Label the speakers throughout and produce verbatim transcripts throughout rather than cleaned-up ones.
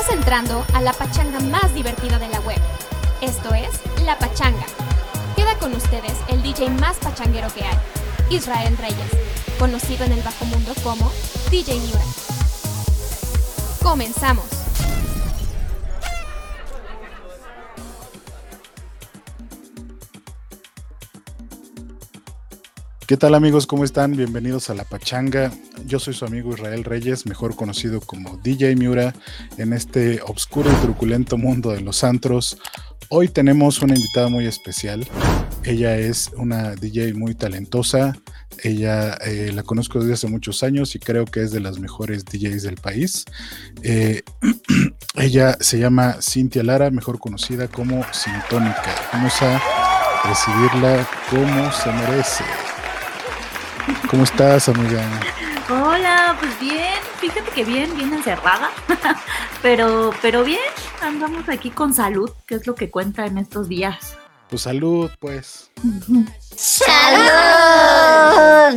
Speaker 1: Estás entrando a la pachanga más divertida de la web. Esto es La Pachanga. Queda con ustedes el D J más pachanguero que hay, Israel Reyes, conocido en el bajo mundo como D J Miura. Comenzamos.
Speaker 2: ¿Qué tal, amigos? ¿Cómo están? Bienvenidos a La Pachanga. Yo soy su amigo Israel Reyes, mejor conocido como D J Miura, en este oscuro y truculento mundo de los antros. Hoy tenemos una invitada muy especial. Ella es una D J muy talentosa. Ella eh, la conozco desde hace muchos años y creo que es de las mejores D Js del país. Eh, ella se llama Cintia Lara, mejor conocida como Cintónica. Vamos a recibirla como se merece. ¿Cómo estás, amiga?
Speaker 3: Hola, pues bien, fíjate que bien, bien encerrada, pero, pero bien, andamos aquí con salud, que es lo que cuenta en estos días.
Speaker 2: Pues salud, pues.
Speaker 4: ¡Salud!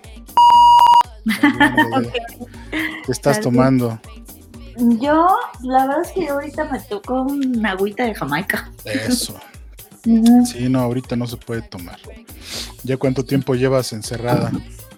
Speaker 2: Okay. ¿Qué estás salud. tomando?
Speaker 3: Yo, la verdad es que ahorita me tocó una agüita de Jamaica.
Speaker 2: Eso. Uh-huh. Sí, no, ahorita no se puede tomar. ¿Ya cuánto tiempo llevas encerrada?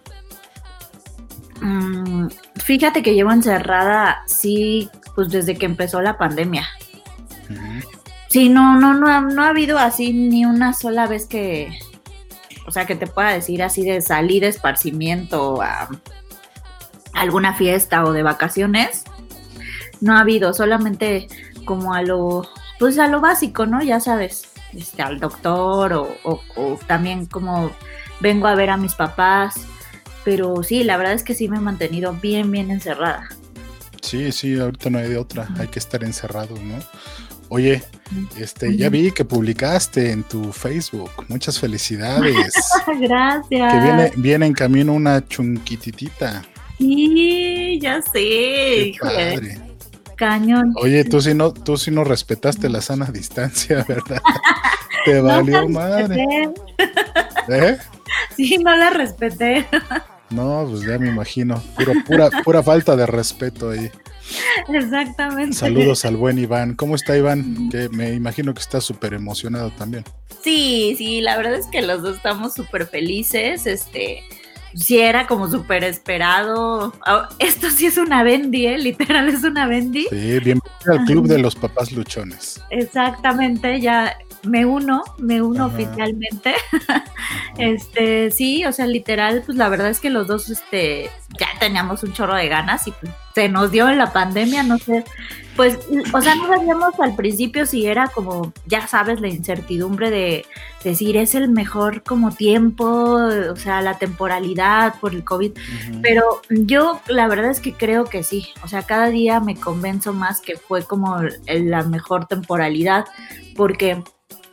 Speaker 3: Mm, fíjate que llevo encerrada, sí, pues desde que empezó la pandemia. Uh-huh. Sí, no, no, no, ha, no ha habido así ni una sola vez que, o sea, que te pueda decir así de salir de esparcimiento a alguna fiesta o de vacaciones. No ha habido, solamente como a lo, pues a lo básico, ¿no? Ya sabes. Este, al doctor o, o, o también como vengo a ver a mis papás, pero sí, la verdad es que sí me he mantenido bien, bien encerrada.
Speaker 2: Sí, sí, ahorita no hay de otra, uh-huh. Hay que estar encerrados, ¿no? Oye, este, uh-huh. Ya vi que publicaste en tu Facebook, muchas felicidades.
Speaker 3: Gracias.
Speaker 2: Que viene, viene en camino una chunquititita.
Speaker 3: Sí, ya sé.
Speaker 2: Qué
Speaker 3: híjole.
Speaker 2: Padre.
Speaker 3: Cañón.
Speaker 2: Oye, tú sí no, tú sí no respetaste la sana distancia, ¿verdad? Te valió no madre. ¿Eh?
Speaker 3: Sí, no la respeté.
Speaker 2: No, pues ya me imagino. Pura, pura, pura falta de respeto ahí.
Speaker 3: Exactamente.
Speaker 2: Saludos al buen Iván. ¿Cómo está Iván? Que me imagino que está súper emocionado también.
Speaker 3: Sí, sí, la verdad es que los dos estamos súper felices, este... Sí, era como súper esperado. Esto sí es una bendy, ¿eh? Literal es una bendy.
Speaker 2: Sí, bienvenido al club de los papás luchones.
Speaker 3: Exactamente, ya me uno, me uno Ajá. oficialmente. Ajá. Este, sí, o sea, literal, pues la verdad es que los dos, este, ya teníamos un chorro de ganas y pues, se nos dio en la pandemia, no sé, pues, o sea, no sabíamos al principio si era como, ya sabes, la incertidumbre de decir, es el mejor como tiempo, o sea, la temporalidad por el COVID, uh-huh. Pero yo la verdad es que creo que sí, o sea, cada día me convenzo más que fue como la mejor temporalidad, porque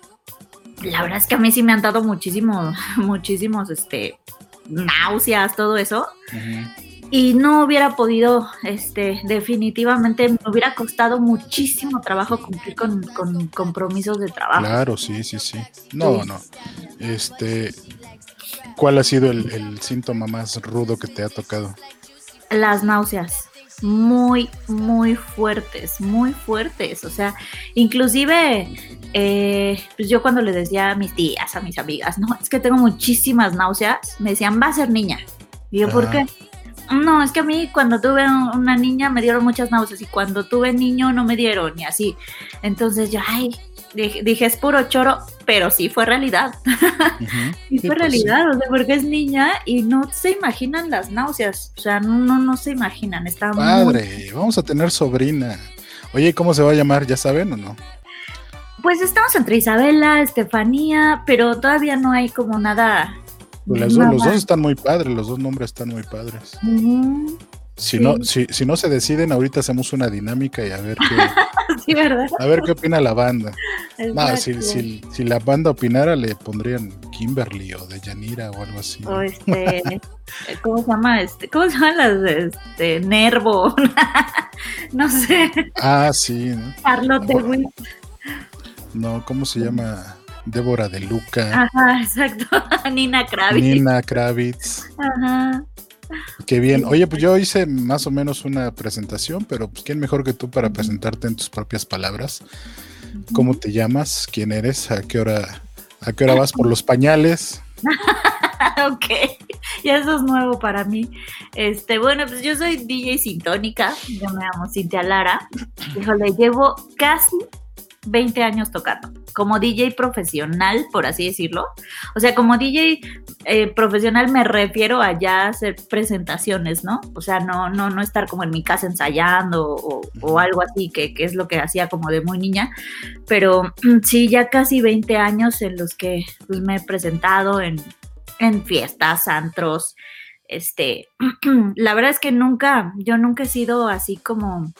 Speaker 3: la verdad es que a mí sí me han dado muchísimos, muchísimos, este, náuseas, todo eso, uh-huh. Y no hubiera podido, este, definitivamente me hubiera costado muchísimo trabajo cumplir con, con compromisos de trabajo.
Speaker 2: Claro, sí, sí, sí. No, sí. no. Este, ¿cuál ha sido el, el síntoma más rudo que te ha tocado?
Speaker 3: Las náuseas. Muy, muy fuertes, muy fuertes. O sea, inclusive, eh, pues yo cuando les decía a mis tías, a mis amigas, no, es que tengo muchísimas náuseas, me decían, va a ser niña. Y yo, Ajá. ¿por qué? No, es que a mí cuando tuve una niña me dieron muchas náuseas y cuando tuve niño no me dieron y así. Entonces yo, ay, dije, dije es puro choro, pero sí fue realidad. Uh-huh. sí, sí fue pues realidad, sí. O sea, porque es niña y no se imaginan las náuseas. O sea, no, no, no se imaginan. Está
Speaker 2: Padre,
Speaker 3: muy...
Speaker 2: vamos a tener sobrina. Oye, ¿cómo se va a llamar? ¿Ya saben o no?
Speaker 3: Pues estamos entre Isabela, Estefanía, pero todavía no hay como nada...
Speaker 2: Pues los, los dos están muy padres, los dos nombres están muy padres. Uh-huh. Si, sí. no, si, si no se deciden, ahorita hacemos una dinámica y a ver qué,
Speaker 3: sí, ¿verdad?
Speaker 2: A ver qué opina la banda. No, si, si, si la banda opinara, le pondrían Kimberly o Deyanira o algo así.
Speaker 3: O este, ¿cómo se llama? Este, ¿Cómo se llaman las este, Nervo? No sé.
Speaker 2: Ah, sí, ¿no?
Speaker 3: Charlotte de Witt.
Speaker 2: No, ¿cómo se llama? Débora de Luca.
Speaker 3: Ajá, exacto. Nina Kravitz.
Speaker 2: Nina Kravitz.
Speaker 3: Ajá.
Speaker 2: Qué bien. Oye, pues yo hice más o menos una presentación, pero pues quién mejor que tú para presentarte en tus propias palabras. ¿Cómo te llamas? ¿Quién eres? ¿A qué hora, a qué hora vas por los pañales?
Speaker 3: Ok, y eso es nuevo para mí. Este, bueno, pues yo soy D J Sintónica, yo me llamo Cintia Lara. Híjole, llevo casi veinte años tocando, como D J profesional, por así decirlo. O sea, como D J eh, profesional me refiero a ya hacer presentaciones, ¿no? O sea, no, no, no estar como en mi casa ensayando o, o algo así, que, que es lo que hacía como de muy niña. Pero sí, ya casi veinte años en los que pues, me he presentado en, en fiestas, antros. Este, la verdad es que nunca, yo nunca he sido así como...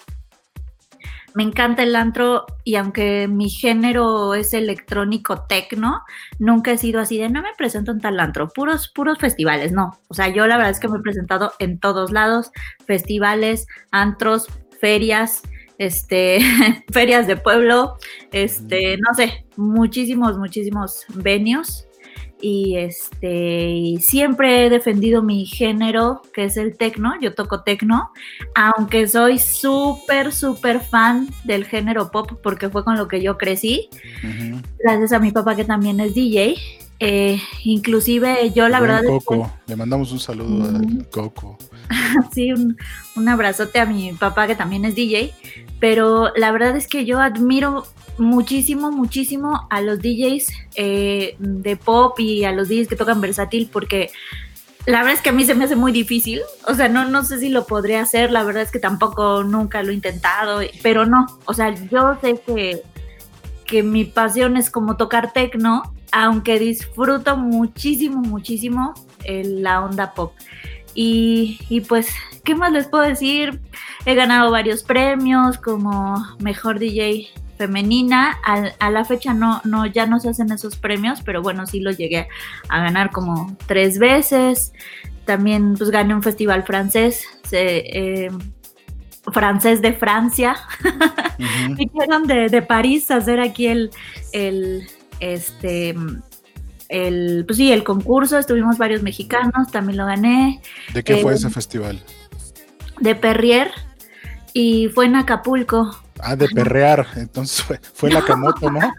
Speaker 3: Me encanta el antro y aunque mi género es electrónico tecno, nunca he sido así de no me presento en tal antro, puros, puros festivales, no. O sea, yo la verdad es que me he presentado en todos lados, festivales, antros, ferias, este, ferias de pueblo, este, no sé, muchísimos, muchísimos venues. Y este y siempre he defendido mi género, que es el tecno. Yo toco tecno, aunque soy súper, súper fan del género pop, porque fue con lo que yo crecí, uh-huh. Gracias a mi papá, que también es D J. Eh, inclusive yo la
Speaker 2: Buen
Speaker 3: verdad
Speaker 2: Coco,
Speaker 3: es que...
Speaker 2: le mandamos un saludo uh-huh. al Coco.
Speaker 3: Sí, un, un abrazote a mi papá, que también es D J. Pero la verdad es que yo admiro muchísimo, muchísimo a los D Js eh, de pop y a los D Js que tocan versátil, porque la verdad es que a mí se me hace muy difícil. O sea, no, no sé si lo podría hacer, la verdad es que tampoco nunca lo he intentado, pero no, o sea, yo sé que, que mi pasión es como tocar tecno, aunque disfruto muchísimo, muchísimo eh, la onda pop. Y, y pues, ¿qué más les puedo decir? He ganado varios premios como Mejor D J Femenina. A, a la fecha no, no, ya no se hacen esos premios, pero bueno, sí los llegué a ganar como tres veces. También pues gané un festival francés, se, eh, francés de Francia. Uh-huh. Vinieron de, de París a hacer aquí el, el este... El, pues sí, el concurso, estuvimos varios mexicanos, también lo gané.
Speaker 2: ¿De qué eh, fue ese
Speaker 3: eh,
Speaker 2: festival?
Speaker 3: De Perrier, y fue en Acapulco.
Speaker 2: Ah, de perrear, entonces fue, fue la Camoto, ¿no?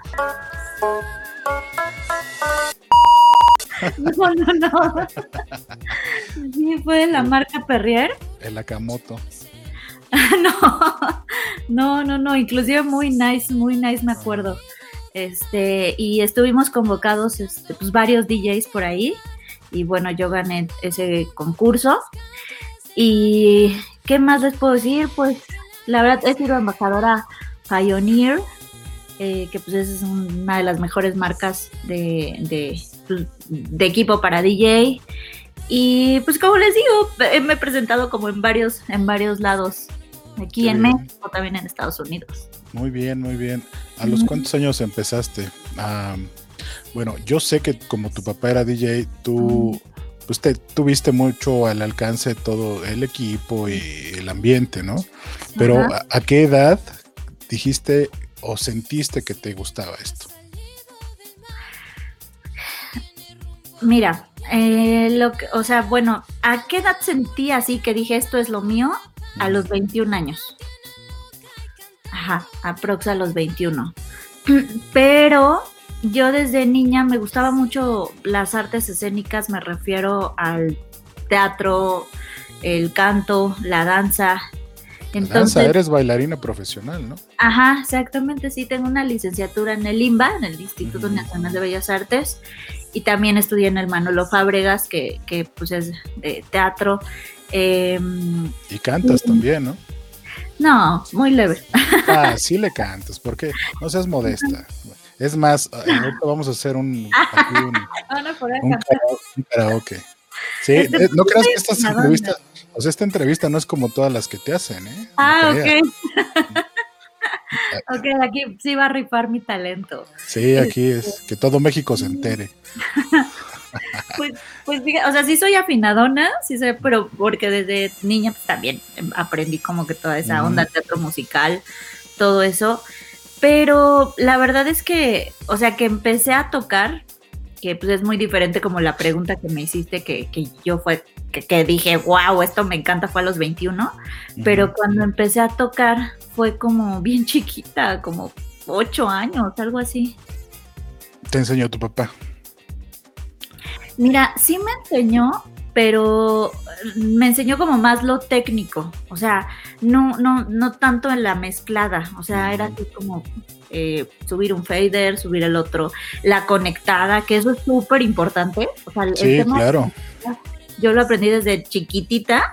Speaker 3: No, no, no. Sí, fue de la marca Perrier.
Speaker 2: El Acamoto.
Speaker 3: No, no, no, no, inclusive muy nice, muy nice, me acuerdo. Este, y estuvimos convocados este, pues, varios D Js por ahí, y bueno, yo gané ese concurso. Y ¿qué más les puedo decir? Pues la verdad he sido embajadora Pioneer, eh, que pues es una de las mejores marcas de, de, de equipo para D J. Y pues como les digo, me he presentado como en varios, en varios lados, aquí Qué en bien. México, también en Estados Unidos.
Speaker 2: Muy bien, muy bien. ¿A los cuántos años empezaste? Um, bueno, yo sé que como tu papá era D J, tú pues te tuviste mucho al alcance todo el equipo y el ambiente, ¿no? Pero ¿a, a qué edad dijiste o sentiste que te gustaba esto?
Speaker 3: Mira, eh, lo que, o sea, bueno, ¿a qué edad sentí así que dije esto es lo mío? A los veintiún años. Ajá, aprox a los veintiuno. Pero yo desde niña me gustaba mucho las artes escénicas, me refiero al teatro, el canto, la danza.
Speaker 2: Entonces, la danza, eres bailarina profesional, ¿no?
Speaker 3: Ajá, exactamente, sí, tengo una licenciatura en el INBA, en el Instituto uh-huh. Nacional de Bellas Artes, y también estudié en el Manolo Fábregas, que, que pues es de teatro. Eh,
Speaker 2: y cantas y, también, ¿no?
Speaker 3: No, muy leve.
Speaker 2: Ah, sí le cantas, porque no seas modesta. Es más, ahorita vamos a hacer un, aquí un, un, karaoke, un karaoke. Sí, este, eh, no creas que estas entrevistas, o sea, esta entrevista no es como todas las que te hacen, ¿eh?
Speaker 3: Ah, no ok. Ok, aquí sí va a rifar mi talento.
Speaker 2: Sí, aquí es, que todo México se entere.
Speaker 3: Pues, pues o sea, sí soy afinadona, sí sé, pero porque desde niña pues, también aprendí como que toda esa onda, mm. teatro musical, todo eso. Pero la verdad es que, o sea, que empecé a tocar, que pues es muy diferente como la pregunta que me hiciste, que, que yo fue que, que dije, wow, esto me encanta, fue a los veintiuno, uh-huh. Pero cuando empecé a tocar fue como bien chiquita, como ocho años, algo así.
Speaker 2: ¿Te enseñó tu papá?
Speaker 3: Mira, sí me enseñó, pero me enseñó como más lo técnico, o sea, no, no, no tanto en la mezclada, o sea, era así como eh, subir un fader, subir el otro, la conectada, que eso es súper importante. O sea, el
Speaker 2: sí,
Speaker 3: tema,
Speaker 2: claro.
Speaker 3: Yo lo aprendí desde chiquitita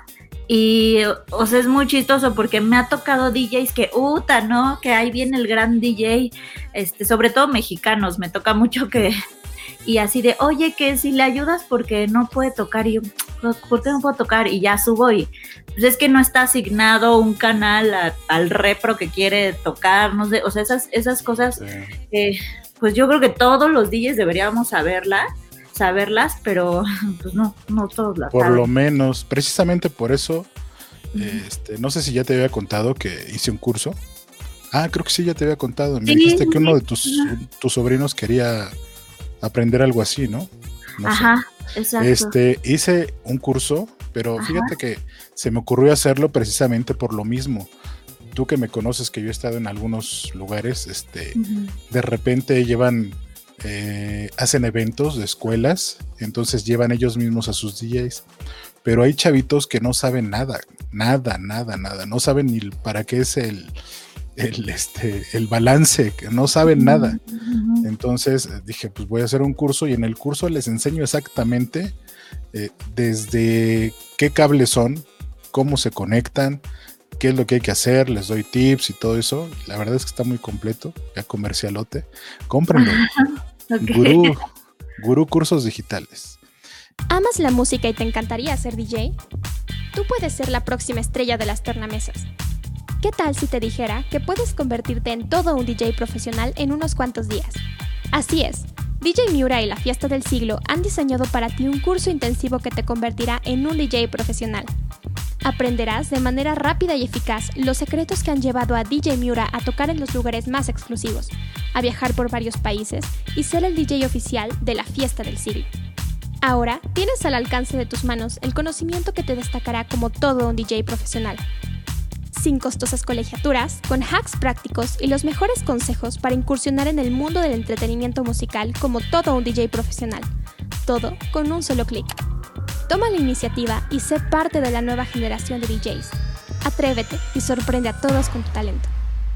Speaker 3: y, o sea, es muy chistoso porque me ha tocado D Js que, uta, ¿no? Que ahí viene el gran D J, este, sobre todo mexicanos, me toca mucho que... Y así de, oye, que si le ayudas porque no puede tocar. Y yo, ¿por qué no puedo tocar? Y ya subo y pues es que no está asignado un canal a, al repro que quiere tocar, no sé, o sea, esas, esas cosas, sí. eh, pues yo creo que todos los D Js deberíamos saberlas, saberlas, pero pues no, no todos las
Speaker 2: Por
Speaker 3: saben.
Speaker 2: lo menos, precisamente por eso, uh-huh. este, no sé si ya te había contado que hice un curso. Ah, creo que sí, ya te había contado. Me sí, dijiste sí, que uno de tus, uh-huh. tus sobrinos quería aprender algo así, ¿no? no
Speaker 3: Ajá,
Speaker 2: sé.
Speaker 3: Exacto.
Speaker 2: Este, hice un curso, pero Ajá. fíjate que se me ocurrió hacerlo precisamente por lo mismo. Tú que me conoces, que yo he estado en algunos lugares, este, uh-huh. de repente llevan, eh, hacen eventos de escuelas, entonces llevan ellos mismos a sus D Js, pero hay chavitos que no saben nada, nada, nada, nada, no saben ni para qué es el... El, este, el balance, que no saben nada. Uh-huh. Entonces dije, pues voy a hacer un curso y en el curso les enseño exactamente eh, desde qué cables son, cómo se conectan, qué es lo que hay que hacer, les doy tips y todo eso. La verdad es que está muy completo, ya comercialote. Cómprenlo. Okay. Gurú, Gurú Cursos Digitales.
Speaker 1: ¿Amas la música y te encantaría ser D J? Tú puedes ser la próxima estrella de las tornamesas. ¿Qué tal si te dijera que puedes convertirte en todo un D J profesional en unos cuantos días? Así es, D J Miura y la Fiesta del Siglo han diseñado para ti un curso intensivo que te convertirá en un D J profesional. Aprenderás de manera rápida y eficaz los secretos que han llevado a D J Miura a tocar en los lugares más exclusivos, a viajar por varios países y ser el D J oficial de la Fiesta del Siglo. Ahora tienes al alcance de tus manos el conocimiento que te destacará como todo un D J profesional. Sin costosas colegiaturas, con hacks prácticos y los mejores consejos para incursionar en el mundo del entretenimiento musical como todo un D J profesional. Todo con un solo clic. Toma la iniciativa y sé parte de la nueva generación de D Js. Atrévete y sorprende a todos con tu talento.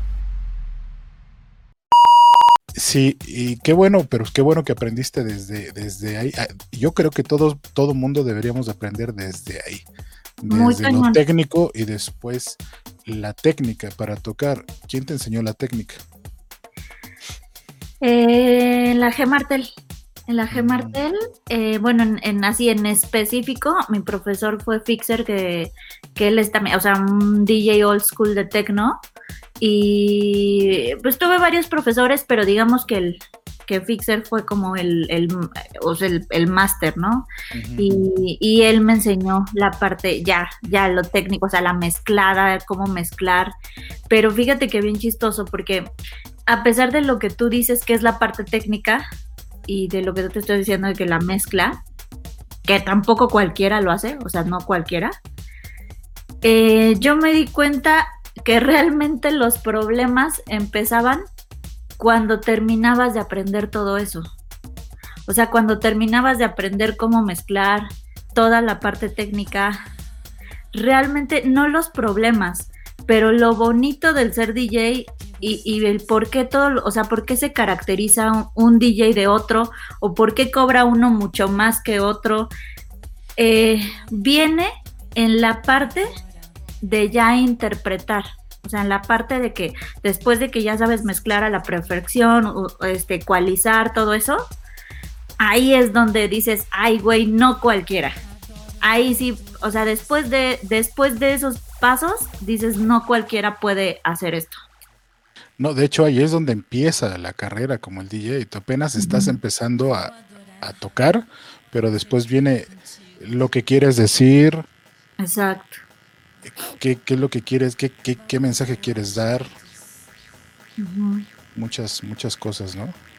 Speaker 2: Sí, y qué bueno, pero qué bueno que aprendiste desde, desde ahí. Yo creo que todo, todo mundo deberíamos aprender desde ahí. Desde lo técnico y después la técnica para tocar. ¿Quién te enseñó la técnica?
Speaker 3: Eh, la G Martel. En la G Martel, eh, bueno, en, en así en específico, mi profesor fue Fixer, que, que él es también, o sea, un D J old school de techno. Y pues tuve varios profesores, pero digamos que el que Fixer fue como el, el, o sea, el, el máster, ¿no? Uh-huh. Y, y él me enseñó la parte, ya, ya lo técnico, o sea, la mezclada, cómo mezclar. Pero fíjate que bien chistoso, porque a pesar de lo que tú dices que es la parte técnica y de lo que yo te estoy diciendo de que la mezcla, que tampoco cualquiera lo hace, o sea, no cualquiera, eh, yo me di cuenta que realmente los problemas empezaban cuando terminabas de aprender todo eso. O sea, cuando terminabas de aprender cómo mezclar toda la parte técnica, realmente no los problemas, pero lo bonito del ser D J y, y el por qué todo, o sea, por qué se caracteriza un, un D J de otro o por qué cobra uno mucho más que otro, eh, viene en la parte de ya interpretar. O sea, en la parte de que después de que ya sabes mezclar a la perfección, este, ecualizar, todo eso, ahí es donde dices, ay, güey, no cualquiera. Ahí sí, o sea, después de, después de esos pasos, dices, no cualquiera puede hacer esto.
Speaker 2: No, de hecho, ahí es donde empieza la carrera como el D J. Tú apenas uh-huh. estás empezando a, a tocar, pero después viene lo que quieres decir.
Speaker 3: Exacto.
Speaker 2: ¿Qué, qué es lo que quieres? ¿Qué, qué, qué mensaje quieres dar?
Speaker 3: Uh-huh.
Speaker 2: Muchas, muchas cosas, ¿no?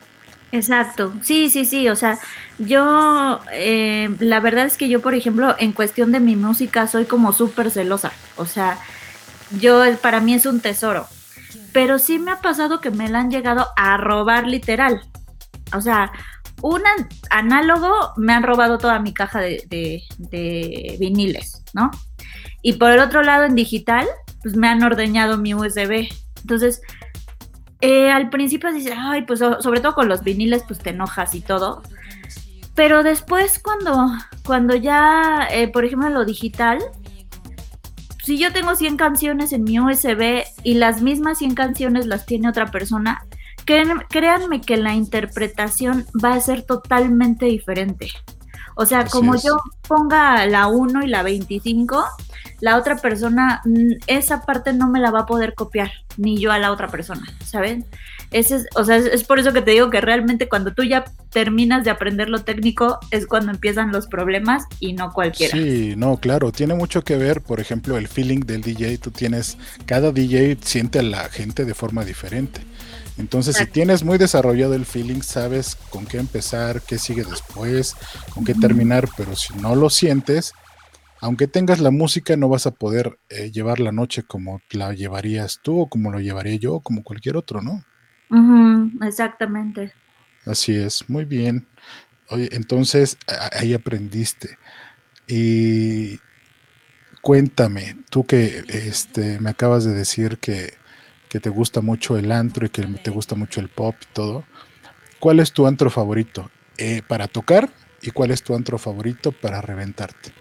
Speaker 3: Exacto, sí, sí, sí, o sea, yo, eh, la verdad es que yo, por ejemplo, en cuestión de mi música soy como súper celosa, o sea, yo, para mí es un tesoro, pero sí me ha pasado que me la han llegado a robar literal, o sea, un análogo me han robado toda mi caja de, de, de viniles, ¿no? Y por el otro lado, en digital, pues me han ordeñado mi U S B, entonces... Eh, al principio dices, ay, pues sobre todo con los viniles, pues te enojas y todo. Pero después cuando, cuando ya, eh, por ejemplo, en lo digital, si yo tengo cien canciones en mi U S B y las mismas cien canciones las tiene otra persona, créanme, créanme que la interpretación va a ser totalmente diferente. O sea, Así como es. Yo ponga la uno y la veinticinco, la otra persona, esa parte no me la va a poder copiar, ni yo a la otra persona, ¿saben? Ese es, o sea, es, es por eso que te digo que realmente cuando tú ya terminas de aprender lo técnico es cuando empiezan los problemas y no cualquiera.
Speaker 2: Sí, no, claro, tiene mucho que ver, por ejemplo, el feeling del D J. Tú tienes, cada D J siente a la gente de forma diferente. Entonces, Exacto. si tienes muy desarrollado el feeling, sabes con qué empezar, qué sigue después, con qué terminar, pero si no lo sientes, aunque tengas la música, no vas a poder eh, llevar la noche como la llevarías tú, o como lo llevaría yo, o como cualquier otro, ¿no?
Speaker 3: Uh-huh, exactamente.
Speaker 2: Así es, muy bien. Oye, entonces, ahí aprendiste. Y cuéntame, tú que este, me acabas de decir que, que te gusta mucho el antro y que te gusta mucho el pop y todo, ¿cuál es tu antro favorito eh, para tocar y cuál es tu antro favorito para reventarte?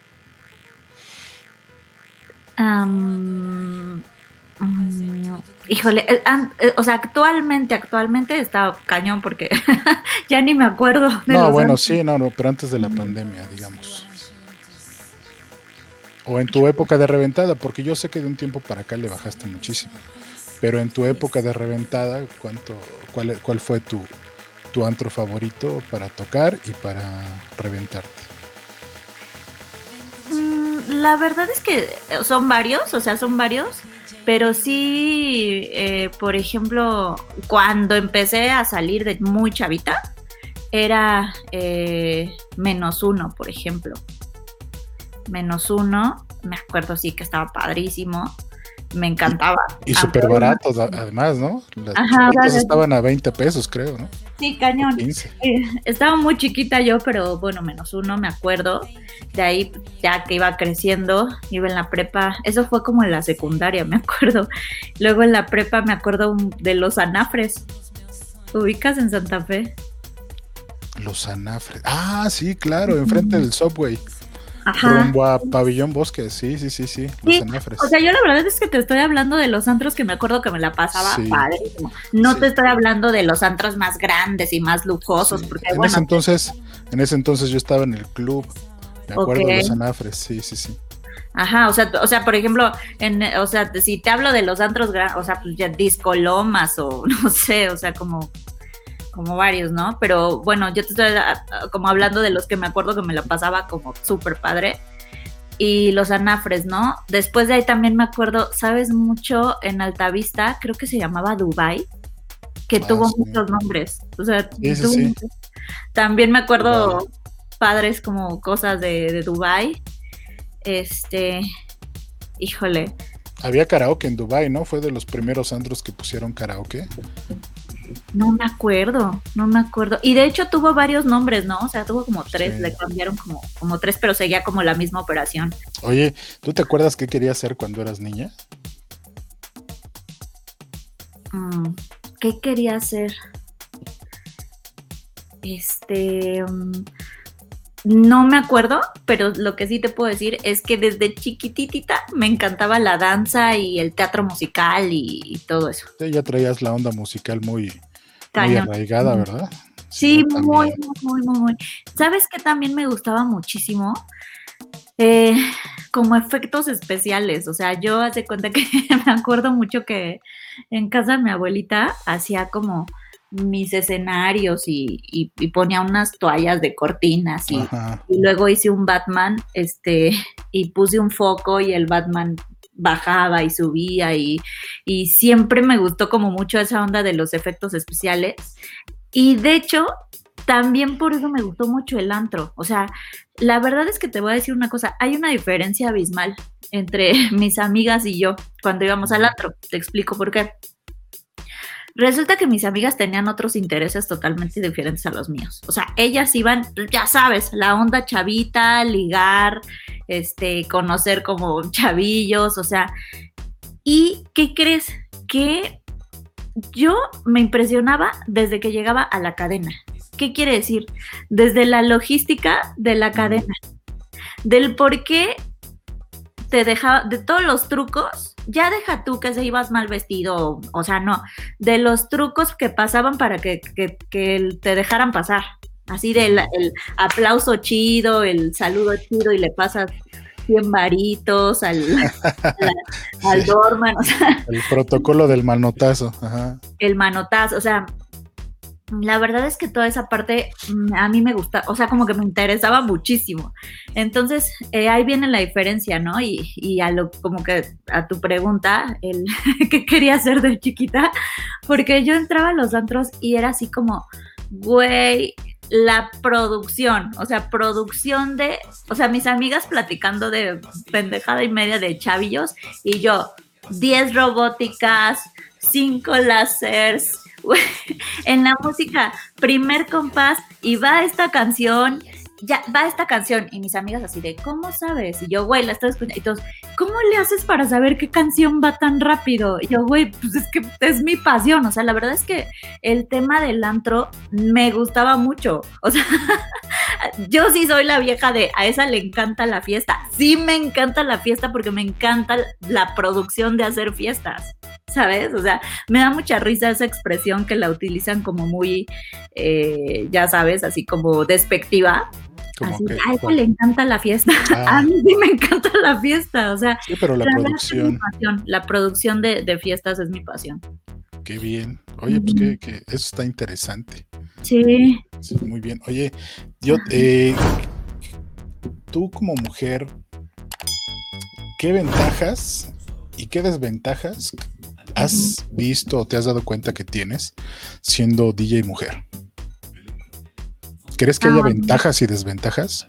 Speaker 3: Um, um, híjole, eh, eh, o sea, actualmente, actualmente está cañón porque ya ni me acuerdo. De
Speaker 2: no,
Speaker 3: los
Speaker 2: bueno,
Speaker 3: años.
Speaker 2: sí, no, no, pero antes de la pandemia, digamos. O en tu época de reventada, porque yo sé que de un tiempo para acá le bajaste muchísimo. Pero en tu época de reventada, ¿cuánto, cuál, cuál fue tu, tu antro favorito para tocar y para reventarte?
Speaker 3: La verdad es que son varios, o sea, son varios, pero sí, eh, por ejemplo, cuando empecé a salir de muy chavita, era eh, menos uno, por ejemplo. Menos uno, me acuerdo sí que estaba padrísimo, me encantaba.
Speaker 2: Y, y súper baratos, además, ¿no? Las
Speaker 3: Ajá,
Speaker 2: chapitas estaban a veinte pesos, creo, ¿no?
Speaker 3: Sí, cañón. Eh, estaba muy chiquita yo, pero bueno, menos uno, me acuerdo. De ahí, ya que iba creciendo, iba en la prepa. Eso fue como en la secundaria, me acuerdo. Luego en la prepa me acuerdo de los anafres. ¿Ubicas en Santa Fe?
Speaker 2: Los anafres. Ah, sí, claro, enfrente del Subway.
Speaker 3: Ajá.
Speaker 2: Rumbo a Pabellón Bosque, sí, sí, sí, sí, los
Speaker 3: sí,
Speaker 2: anafres.
Speaker 3: O sea, yo la verdad es que te estoy hablando de los antros que me acuerdo que me la pasaba sí. padrísimo. No sí. te estoy hablando de los antros más grandes y más lujosos. Sí. Porque,
Speaker 2: en
Speaker 3: bueno,
Speaker 2: ese entonces, en ese entonces yo estaba en el club, me acuerdo okay. de los anafres, sí, sí, sí.
Speaker 3: Ajá, o sea, o sea, por ejemplo, en, o sea, si te hablo de los antros grandes, o sea, pues ya Disco Lomas o no sé, o sea, como como varios, ¿no? Pero bueno, yo te estoy como hablando de los que me acuerdo que me la pasaba como súper padre. Y los anafres, ¿no? Después de ahí también me acuerdo, ¿sabes? Mucho en Altavista, creo que se llamaba Dubai, que ah, tuvo sí. muchos nombres. O sea,
Speaker 2: sí, sí, sí.
Speaker 3: también me acuerdo Dubai. Padres como cosas de, de Dubai. Este, híjole.
Speaker 2: Había karaoke en Dubai, ¿no? Fue de los primeros antros que pusieron karaoke.
Speaker 3: No me acuerdo, no me acuerdo. Y de hecho tuvo varios nombres, ¿no? O sea, tuvo como tres, sí. le cambiaron como, como tres, pero seguía como la misma operación.
Speaker 2: Oye, ¿tú te acuerdas qué querías hacer cuando eras niña?
Speaker 3: Mm, ¿Qué quería hacer? Este... Um, no me acuerdo, pero lo que sí te puedo decir es que desde chiquititita me encantaba la danza y el teatro musical y, y todo eso.
Speaker 2: Sí, ya traías la onda musical muy, muy arraigada, ¿verdad?
Speaker 3: Sí, sí muy, muy, muy, muy. ¿Sabes qué también me gustaba muchísimo? Eh, como efectos especiales, o sea, yo hace cuenta que me acuerdo mucho que en casa de mi abuelita hacía como mis escenarios y, y, y ponía unas toallas de cortinas y, y luego hice un Batman este y puse un foco y el Batman bajaba y subía y, y siempre me gustó como mucho esa onda de los efectos especiales Y de hecho, también por eso me gustó mucho el antro. O sea, la verdad es que te voy a decir una cosa, hay una diferencia abismal entre mis amigas y yo cuando íbamos al antro. Te explico por qué. Resulta que mis amigas tenían otros intereses totalmente diferentes a los míos. O sea, ellas iban, ya sabes, la onda chavita, ligar, este, conocer como chavillos, o sea. ¿Y qué crees? Que yo me impresionaba desde que llegaba a la cadena. ¿Qué quiere decir? Desde la logística de la cadena, del por qué te dejaba, de todos los trucos, ya deja tú que se ibas mal vestido, o sea, no, de los trucos que pasaban para que, que, que te dejaran pasar, así del el aplauso chido, el saludo chido y le pasas cien varitos al, al, al
Speaker 2: Sí.
Speaker 3: doorman, o sea,
Speaker 2: El protocolo del manotazo. Ajá.
Speaker 3: el manotazo, o sea, la verdad es que toda esa parte mm, a mí me gusta, o sea, como que me interesaba muchísimo. Entonces, eh, ahí viene la diferencia, ¿no? Y, y a lo, como que a tu pregunta, el qué quería hacer de chiquita, porque yo entraba a los antros y era así como, güey, la producción, o sea, producción de, o sea, mis amigas platicando de pendejada y media de chavillos y yo, diez robóticas, cinco láseres, en la música, primer compás, y va esta canción, ya va esta canción, y mis amigas así de, ¿cómo sabes? Y yo, güey, la estoy escuchando, y todos, ¿cómo le haces para saber qué canción va tan rápido? Y yo, güey, pues es que es mi pasión, o sea, la verdad es que el tema del antro me gustaba mucho, o sea, yo sí soy la vieja de, a esa le encanta la fiesta, sí me encanta la fiesta porque me encanta la producción de hacer fiestas, ¿sabes? O sea, me da mucha risa esa expresión que la utilizan como muy, eh, ya sabes, así como despectiva.
Speaker 2: Como
Speaker 3: Así,
Speaker 2: que,
Speaker 3: a ella
Speaker 2: ¿cuál?
Speaker 3: le encanta la fiesta,
Speaker 2: Ah.
Speaker 3: a mí sí me encanta la fiesta, o sea,
Speaker 2: Sí, pero la
Speaker 3: la verdad es que es mi
Speaker 2: producción,
Speaker 3: pasión, la producción de, de fiestas es mi pasión.
Speaker 2: qué bien. Oye, pues que, que eso está interesante.
Speaker 3: Sí.
Speaker 2: Sí, muy bien. Oye, yo, eh, tú como mujer, ¿qué ventajas y qué desventajas has visto o te has dado cuenta que tienes siendo D J mujer? ¿Crees que haya
Speaker 3: Ah.
Speaker 2: ventajas y desventajas?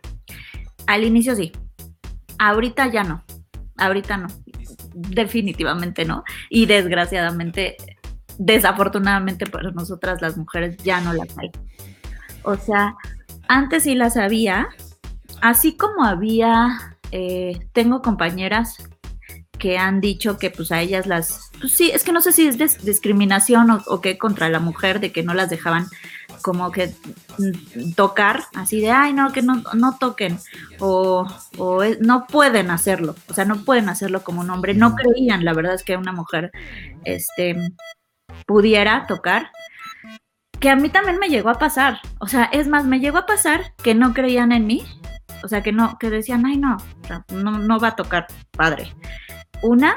Speaker 3: Al inicio sí, ahorita ya no, ahorita no, definitivamente no, y desgraciadamente, desafortunadamente para nosotras las mujeres ya no las hay. O sea, antes sí las había, así como había, eh, tengo compañeras que han dicho que pues a ellas las, pues sí, es que no sé si es des- discriminación o, o qué contra la mujer, de que no las dejaban como que mm, tocar, así de, ay, no, que no, no toquen, o, o es- no pueden hacerlo, o sea, no pueden hacerlo como un hombre, no creían, la verdad es que una mujer este, pudiera tocar, que a mí también me llegó a pasar, o sea, es más, me llegó a pasar que no creían en mí, o sea, que no, que decían, ay, no, o sea, no, no va a tocar, padre. Una,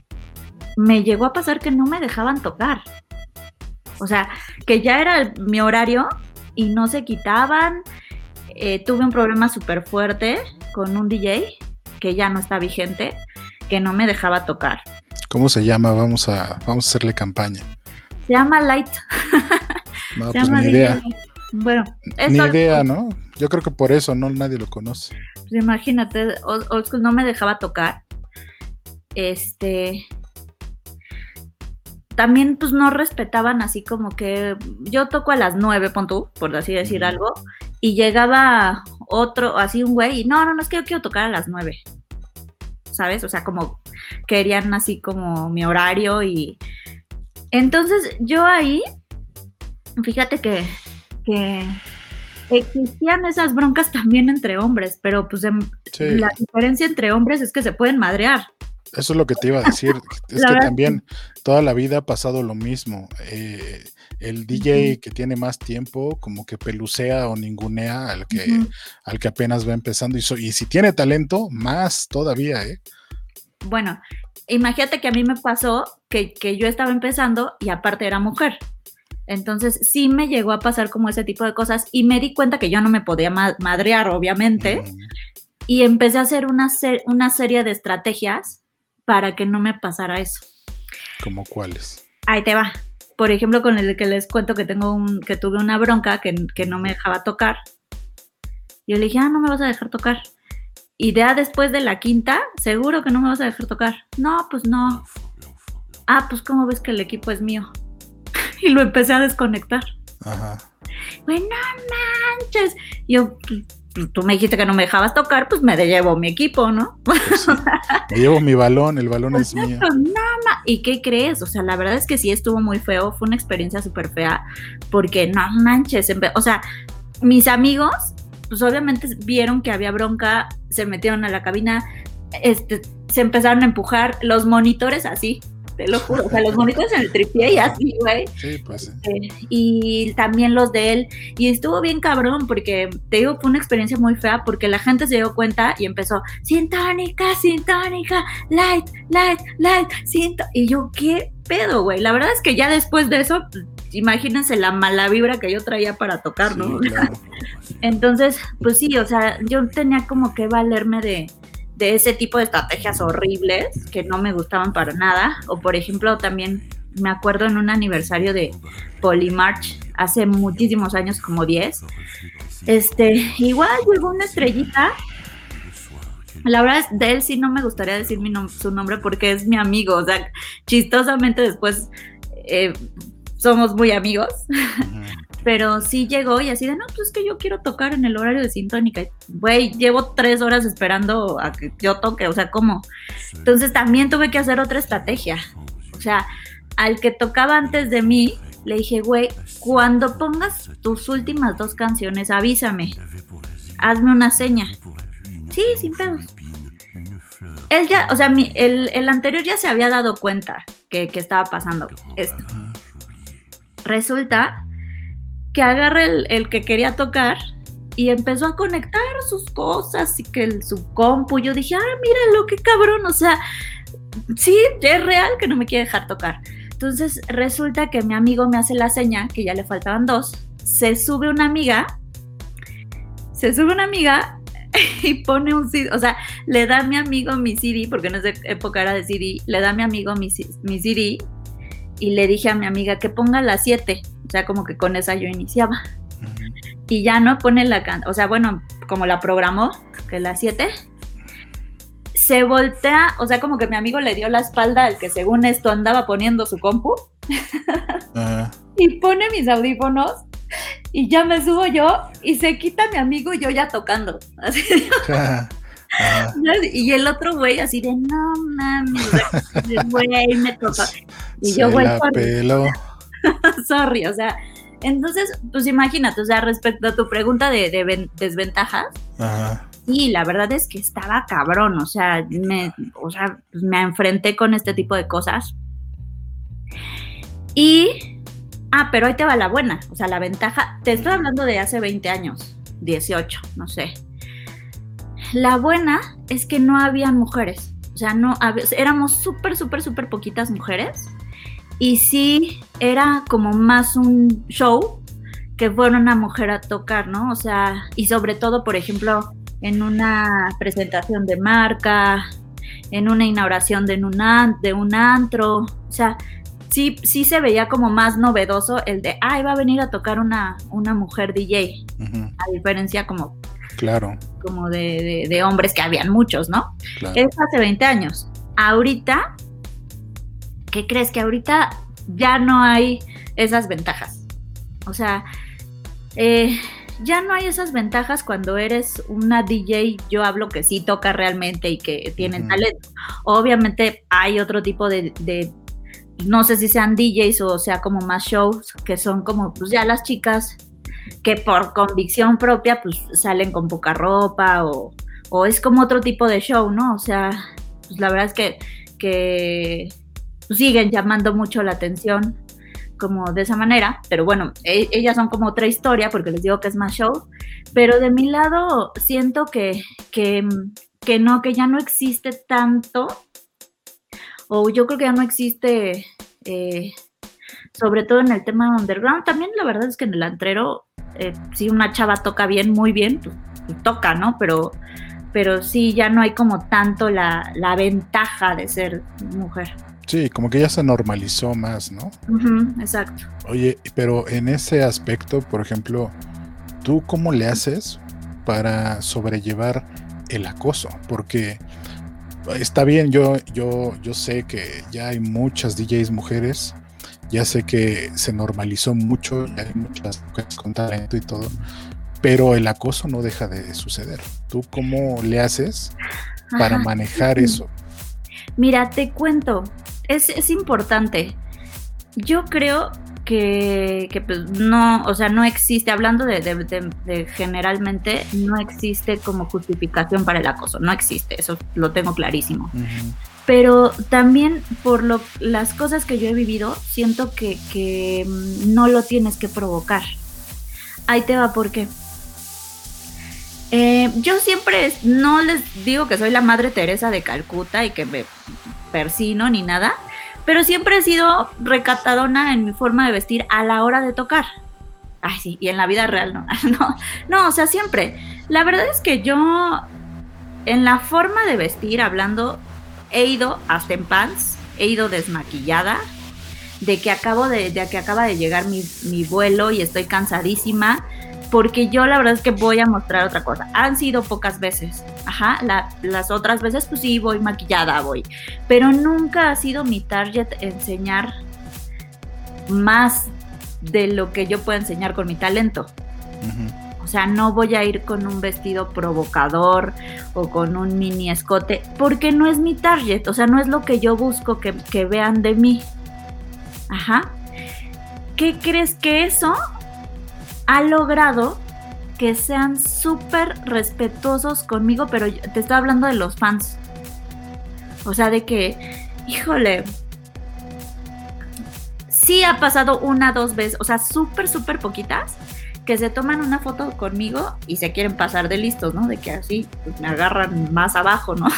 Speaker 3: me llegó a pasar que no me dejaban tocar. O sea, que ya era el- mi horario y no se quitaban. Eh, tuve un problema súper fuerte con un D J que ya no está vigente, que no me dejaba tocar.
Speaker 2: ¿Cómo se llama? Vamos a, vamos a hacerle campaña.
Speaker 3: Se llama Light.
Speaker 2: No,
Speaker 3: Se
Speaker 2: pues
Speaker 3: llama
Speaker 2: ni
Speaker 3: D J
Speaker 2: idea.
Speaker 3: Light. Bueno,
Speaker 2: Ni
Speaker 3: esto,
Speaker 2: idea, ¿no? Yo creo que por eso no nadie lo conoce.
Speaker 3: pues imagínate, old old school, no me dejaba tocar. Este, también pues no respetaban así como que yo toco a las nueve, pon tú, por así decir
Speaker 2: Ujú.
Speaker 3: algo, y llegaba otro, así un güey, y no, no, no, es que yo quiero tocar a las nueve, ¿sabes? O sea, como querían así como mi horario y entonces yo ahí, fíjate que, que existían esas broncas también entre hombres, pero pues em,
Speaker 2: Sí.
Speaker 3: la diferencia entre hombres es que se pueden madrear.
Speaker 2: Eso es lo que te iba a decir. Es
Speaker 3: La
Speaker 2: que
Speaker 3: verdad,
Speaker 2: también toda la vida ha pasado lo mismo. Eh, el D J
Speaker 3: Ujú.
Speaker 2: que tiene más tiempo, como que pelucea o ningunea al que,
Speaker 3: Ujú.
Speaker 2: al que apenas va empezando. Y, so- y si tiene talento, más todavía, ¿eh?
Speaker 3: Bueno, imagínate que a mí me pasó que, que yo estaba empezando y aparte era mujer. Entonces sí me llegó a pasar como ese tipo de cosas y me di cuenta que yo no me podía ma- madrear, obviamente,
Speaker 2: Mm,
Speaker 3: y empecé a hacer una, ser- una serie de estrategias para que no me pasara eso.
Speaker 2: ¿como cuáles?
Speaker 3: Ahí te va. por ejemplo, con el que les cuento que tengo un, que tuve una bronca que, que no me dejaba tocar. Yo le dije, ah, no me vas a dejar tocar. Y ya después de la quinta, seguro que no me vas a dejar tocar. No, pues no. Ah, pues ¿cómo ves que el equipo es mío? Y lo empecé a desconectar. Ajá. Bueno, no manches. Yo, tú me dijiste que no me dejabas tocar, pues me llevo mi equipo, ¿no?
Speaker 2: Pues sí. Me llevo mi balón, el balón es mío.
Speaker 3: No, ma- ¿Y qué crees? O sea, la verdad es que sí estuvo muy feo, fue una experiencia súper fea, porque no manches, o sea, mis amigos, pues obviamente vieron que había bronca, se metieron a la cabina, este, se empezaron a empujar, los monitores así, te lo juro, o sea, los monitores en el tripié y así, güey.
Speaker 2: Sí, pues sí.
Speaker 3: Eh, y también los de él, y estuvo bien cabrón, porque te digo, fue una experiencia muy fea, porque la gente se dio cuenta y empezó, sintónica, sintónica, light, light, light, sinto, y yo, ¿qué pedo, güey? La verdad es que ya después de eso, imagínense la mala vibra que yo traía para tocar,
Speaker 2: Sí,
Speaker 3: ¿no?
Speaker 2: claro.
Speaker 3: Entonces, pues sí, o sea, yo tenía como que valerme de de ese tipo de estrategias horribles que no me gustaban para nada. O por ejemplo, también me acuerdo en un aniversario de Polymarch hace muchísimos años, como diez, este, igual llegó una estrellita. La verdad es, de él sí no me gustaría decir mi nom- su nombre porque es mi amigo, o sea, chistosamente después eh, somos muy amigos. Uh-huh. Pero sí llegó y así de, no, pues es que yo quiero tocar en el horario de Sintónica. Güey, llevo tres horas esperando a que yo toque, o sea, ¿cómo? Entonces también tuve que hacer otra estrategia. O sea, al que tocaba antes de mí, le dije, güey, cuando pongas tus últimas dos canciones, avísame. Hazme una seña. Sí, sin pedos. Él ya, o sea, mi, el, el anterior ya se había dado cuenta que, que estaba pasando esto. Resulta que agarra el, el que quería tocar y empezó a conectar sus cosas y que el, su compu, yo dije, ah, míralo, qué cabrón, o sea, sí, es real que no me quiere dejar tocar. Entonces resulta que mi amigo me hace la seña, que ya le faltaban dos, se sube una amiga, se sube una amiga y pone un C D, o sea, le da a mi amigo mi C D, porque en esa época era de C D, le da a mi amigo mi, mi C D y le dije a mi amiga que ponga las siete. O sea, como que con esa yo iniciaba. Uh-huh. Y ya no pone la canción, o sea, bueno, como la programó, que las siete, se voltea, o sea, como que mi amigo le dio la espalda al que según esto andaba poniendo su compu. Uh-huh. Y pone mis audífonos y ya me subo yo y se quita mi amigo y yo ya tocando. Así uh-huh. Y el otro güey así de, no mames, güey, me tocó. Y
Speaker 2: se
Speaker 3: yo, güey,
Speaker 2: la peló.
Speaker 3: Sorry, o sea, entonces, pues imagínate, o sea, respecto a tu pregunta de, de ven, desventajas, ajá. Sí, la verdad es que estaba cabrón, o sea, me, o sea, pues me enfrenté con este tipo de cosas. Y, ah, pero ahí te va la buena, o sea, la ventaja, te estoy hablando de hace veinte años, dieciocho, no sé. La buena es que no había mujeres, o sea, no había, éramos súper, súper, súper poquitas mujeres. Y sí, era como más un show que fuera una mujer a tocar, ¿no? O sea, y sobre todo, por ejemplo, en una presentación de marca, en una inauguración de un, an- de un antro, o sea, sí, sí se veía como más novedoso el de, ay, va a venir a tocar una, una mujer D J, uh-huh. A diferencia como,
Speaker 2: claro.
Speaker 3: como de, de, de hombres que habían muchos, ¿no?
Speaker 2: Claro.
Speaker 3: Es hace veinte años. Ahorita... ¿Qué crees? Que ahorita ya no hay esas ventajas. O sea, eh, ya no hay esas ventajas cuando eres una D J, yo hablo que sí toca realmente y que tienen uh-huh. talento. Obviamente hay otro tipo de, de, no sé si sean D Js o sea como más shows, que son como pues ya las chicas que por convicción propia pues salen con poca ropa o, o es como otro tipo de show, ¿no? O sea, pues la verdad es que, que siguen llamando mucho la atención como de esa manera, pero bueno, e- ellas son como otra historia porque les digo que es más show, pero de mi lado siento que, que, que no, que ya no existe tanto, o yo creo que ya no existe, eh, sobre todo en el tema underground. También la verdad es que en el antrero, eh, si una chava toca bien, muy bien, pues, pues toca, ¿no? Pero, pero sí, ya no hay como tanto la, la ventaja de ser mujer.
Speaker 2: Sí, como que ya se normalizó más, ¿no?
Speaker 3: Uh-huh, exacto.
Speaker 2: Oye, pero en ese aspecto, por ejemplo, ¿tú cómo le haces para sobrellevar el acoso? Porque está bien, yo, yo, yo sé que ya hay muchas D Js mujeres, ya sé que se normalizó mucho, ya hay muchas mujeres con talento y todo, pero el acoso no deja de suceder. ¿Tú cómo le haces para
Speaker 3: Ajá.
Speaker 2: manejar eso?
Speaker 3: Mira, te cuento, es, es importante. Yo creo que, que pues no, o sea, no existe, hablando de, de, de, de generalmente, no existe como justificación para el acoso, no existe, eso lo tengo clarísimo. Uh-huh. Pero también por lo, las cosas que yo he vivido, siento que, que no lo tienes que provocar. Ahí te va, ¿por qué? Eh, yo siempre no les digo que soy la Madre Teresa de Calcuta y que me persino ni nada, pero siempre he sido recatadona en mi forma de vestir a la hora de tocar. Ay, sí, y en la vida real no. No, no, o sea, siempre. La verdad es que yo, en la forma de vestir, hablando, he ido hasta en pants, he ido desmaquillada, de que acabo de, de que acaba de llegar mi, mi vuelo y estoy cansadísima, porque yo la verdad es que voy a mostrar otra cosa. Han sido pocas veces, ajá, la, las otras veces pues sí, voy maquillada, voy, pero nunca ha sido mi target enseñar más de lo que yo puedo enseñar con mi talento. Uh-huh. O sea, no voy a ir con un vestido provocador o con un mini escote, porque no es mi target, o sea, no es lo que yo busco que, que vean de mí. Ajá. ¿Qué crees que eso ha logrado que sean súper respetuosos conmigo? Pero te estoy hablando de los fans. O sea, de que, híjole, sí ha pasado una, dos veces, o sea, súper, súper poquitas, que se toman una foto conmigo y se quieren pasar de listos, ¿no? De que así pues, me agarran más abajo, ¿no?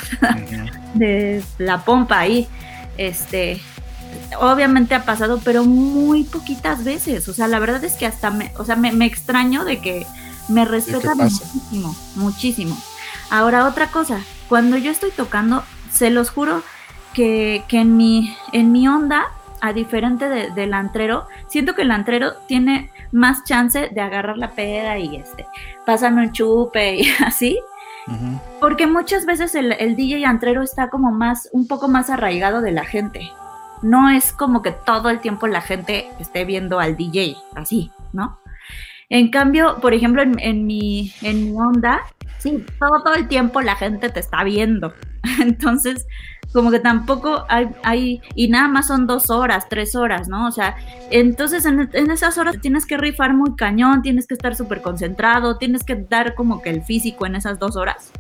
Speaker 3: De la pompa ahí. Este... Obviamente ha pasado, pero muy poquitas veces. O sea, la verdad es que hasta me, o sea, me, me extraño de que me respetan muchísimo, muchísimo. Ahora, otra cosa, cuando yo estoy tocando, se los juro que, que en mi, en mi onda, a diferente de, del antrero, siento que el antrero tiene más chance de agarrar la peda y este, pásame un chupe y así. Uh-huh. Porque muchas veces el, el D J antrero está como más, un poco más arraigado de la gente. No es como que todo el tiempo la gente esté viendo al D J, así, ¿no? En cambio, por ejemplo, en, en, mi, en mi onda, sí, todo, todo el tiempo la gente te está viendo. Entonces, como que tampoco hay, hay, y nada más son dos horas, tres horas, ¿no? O sea, entonces en, en esas horas tienes que rifar muy cañón, tienes que estar súper concentrado, tienes que dar como que el físico en esas dos horas.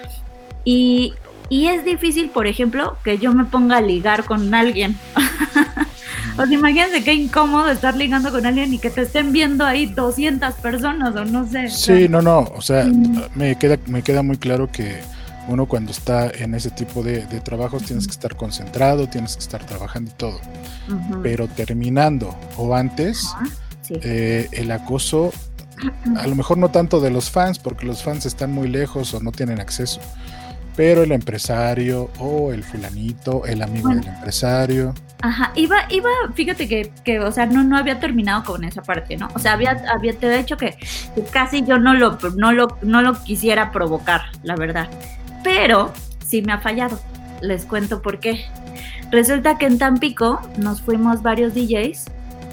Speaker 3: Y... Y es difícil, por ejemplo, que yo me ponga a ligar con alguien. O sea, imagínense qué incómodo estar ligando con alguien y que te estén viendo ahí doscientas personas o no sé.
Speaker 2: Sí, no, no, o sea, mm. me queda, me queda muy claro que uno cuando está en ese tipo de, de trabajos tienes que estar concentrado, tienes que estar trabajando y todo. Uh-huh. Pero terminando o antes, uh-huh. sí. eh, el acoso, a lo mejor no tanto de los fans, porque los fans están muy lejos o no tienen acceso. Pero el empresario o el fulanito, el amigo bueno, del empresario.
Speaker 3: Ajá, iba, iba, fíjate que, que o sea, no, no había terminado con esa parte, ¿no? O sea, había, había te he dicho que, que casi yo no lo, no, lo, no lo quisiera provocar, la verdad. Pero sí me ha fallado. Les cuento por qué. Resulta que en Tampico nos fuimos varios D Js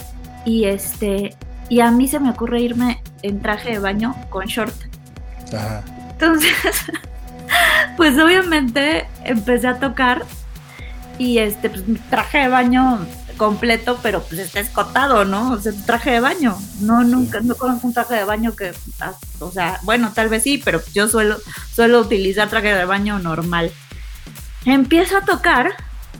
Speaker 3: y este, y a mí se me ocurre irme en traje de baño con short. Ajá. Entonces... Pues obviamente empecé a tocar y este pues traje de baño completo, pero pues está escotado, ¿no? O sea, traje de baño. No, nunca, no conozco un traje de baño que, o sea, bueno, tal vez sí, pero yo suelo, suelo utilizar traje de baño normal. Empiezo a tocar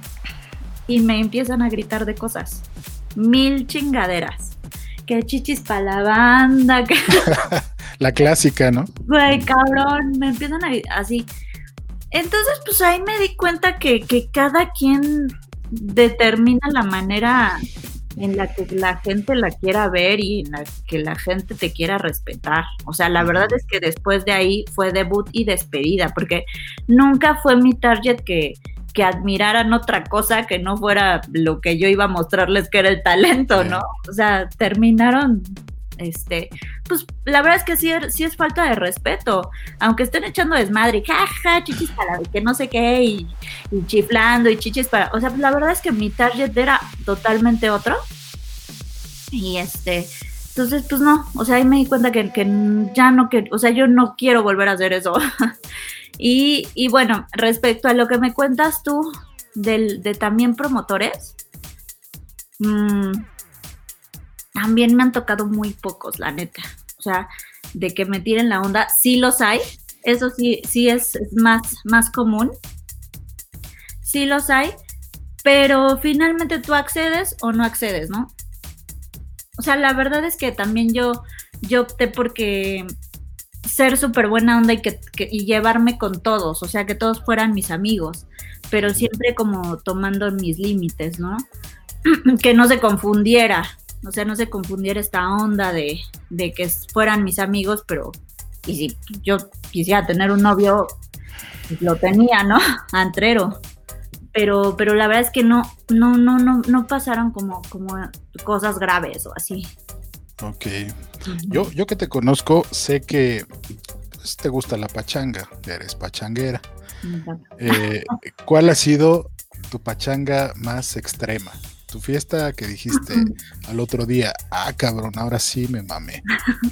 Speaker 3: y me empiezan a gritar de cosas. Mil chingaderas. Que chichis para la banda, que...
Speaker 2: La clásica, ¿no?
Speaker 3: Güey, cabrón, me empiezan a así. Entonces, pues ahí me di cuenta que, que cada quien determina la manera en la que la gente la quiera ver y en la que la gente te quiera respetar. O sea, la verdad es que después de ahí fue debut y despedida, porque nunca fue mi target que, que admiraran otra cosa que no fuera lo que yo iba a mostrarles que era el talento, ¿no? O sea, terminaron, este, pues la verdad es que sí, sí es falta de respeto, aunque estén echando desmadre, jaja, chichis para que no sé qué, y, y chiflando y chichis para, o sea, pues la verdad es que mi target era totalmente otro, y este, entonces pues no, o sea, ahí me di cuenta que, que ya no, que, o sea, yo no quiero volver a hacer eso. Y, y bueno, respecto a lo que me cuentas tú del, de también promotores, mmm, también me han tocado muy pocos, la neta. O sea, de que me tiren la onda, sí los hay, eso sí, sí es, es más, más común, sí los hay, pero finalmente tú accedes o no accedes, ¿no? O sea, la verdad es que también yo, yo opté porque ser súper buena onda y, que, que, y llevarme con todos, o sea, que todos fueran mis amigos, pero siempre como tomando mis límites, ¿no? Que no se confundiera, o sea, no se confundiera esta onda de, de que fueran mis amigos, pero y si yo quisiera tener un novio, pues lo tenía, ¿no? Antrero. Pero, pero la verdad es que no, no, no, no, no pasaron como, como cosas graves o así.
Speaker 2: Ok. Yo, yo que te conozco, sé que pues, te gusta la pachanga, eres pachanguera. Eh, ¿Cuál ha sido tu pachanga más extrema? Tu fiesta que dijiste al otro día, ah, cabrón, ahora sí me mamé.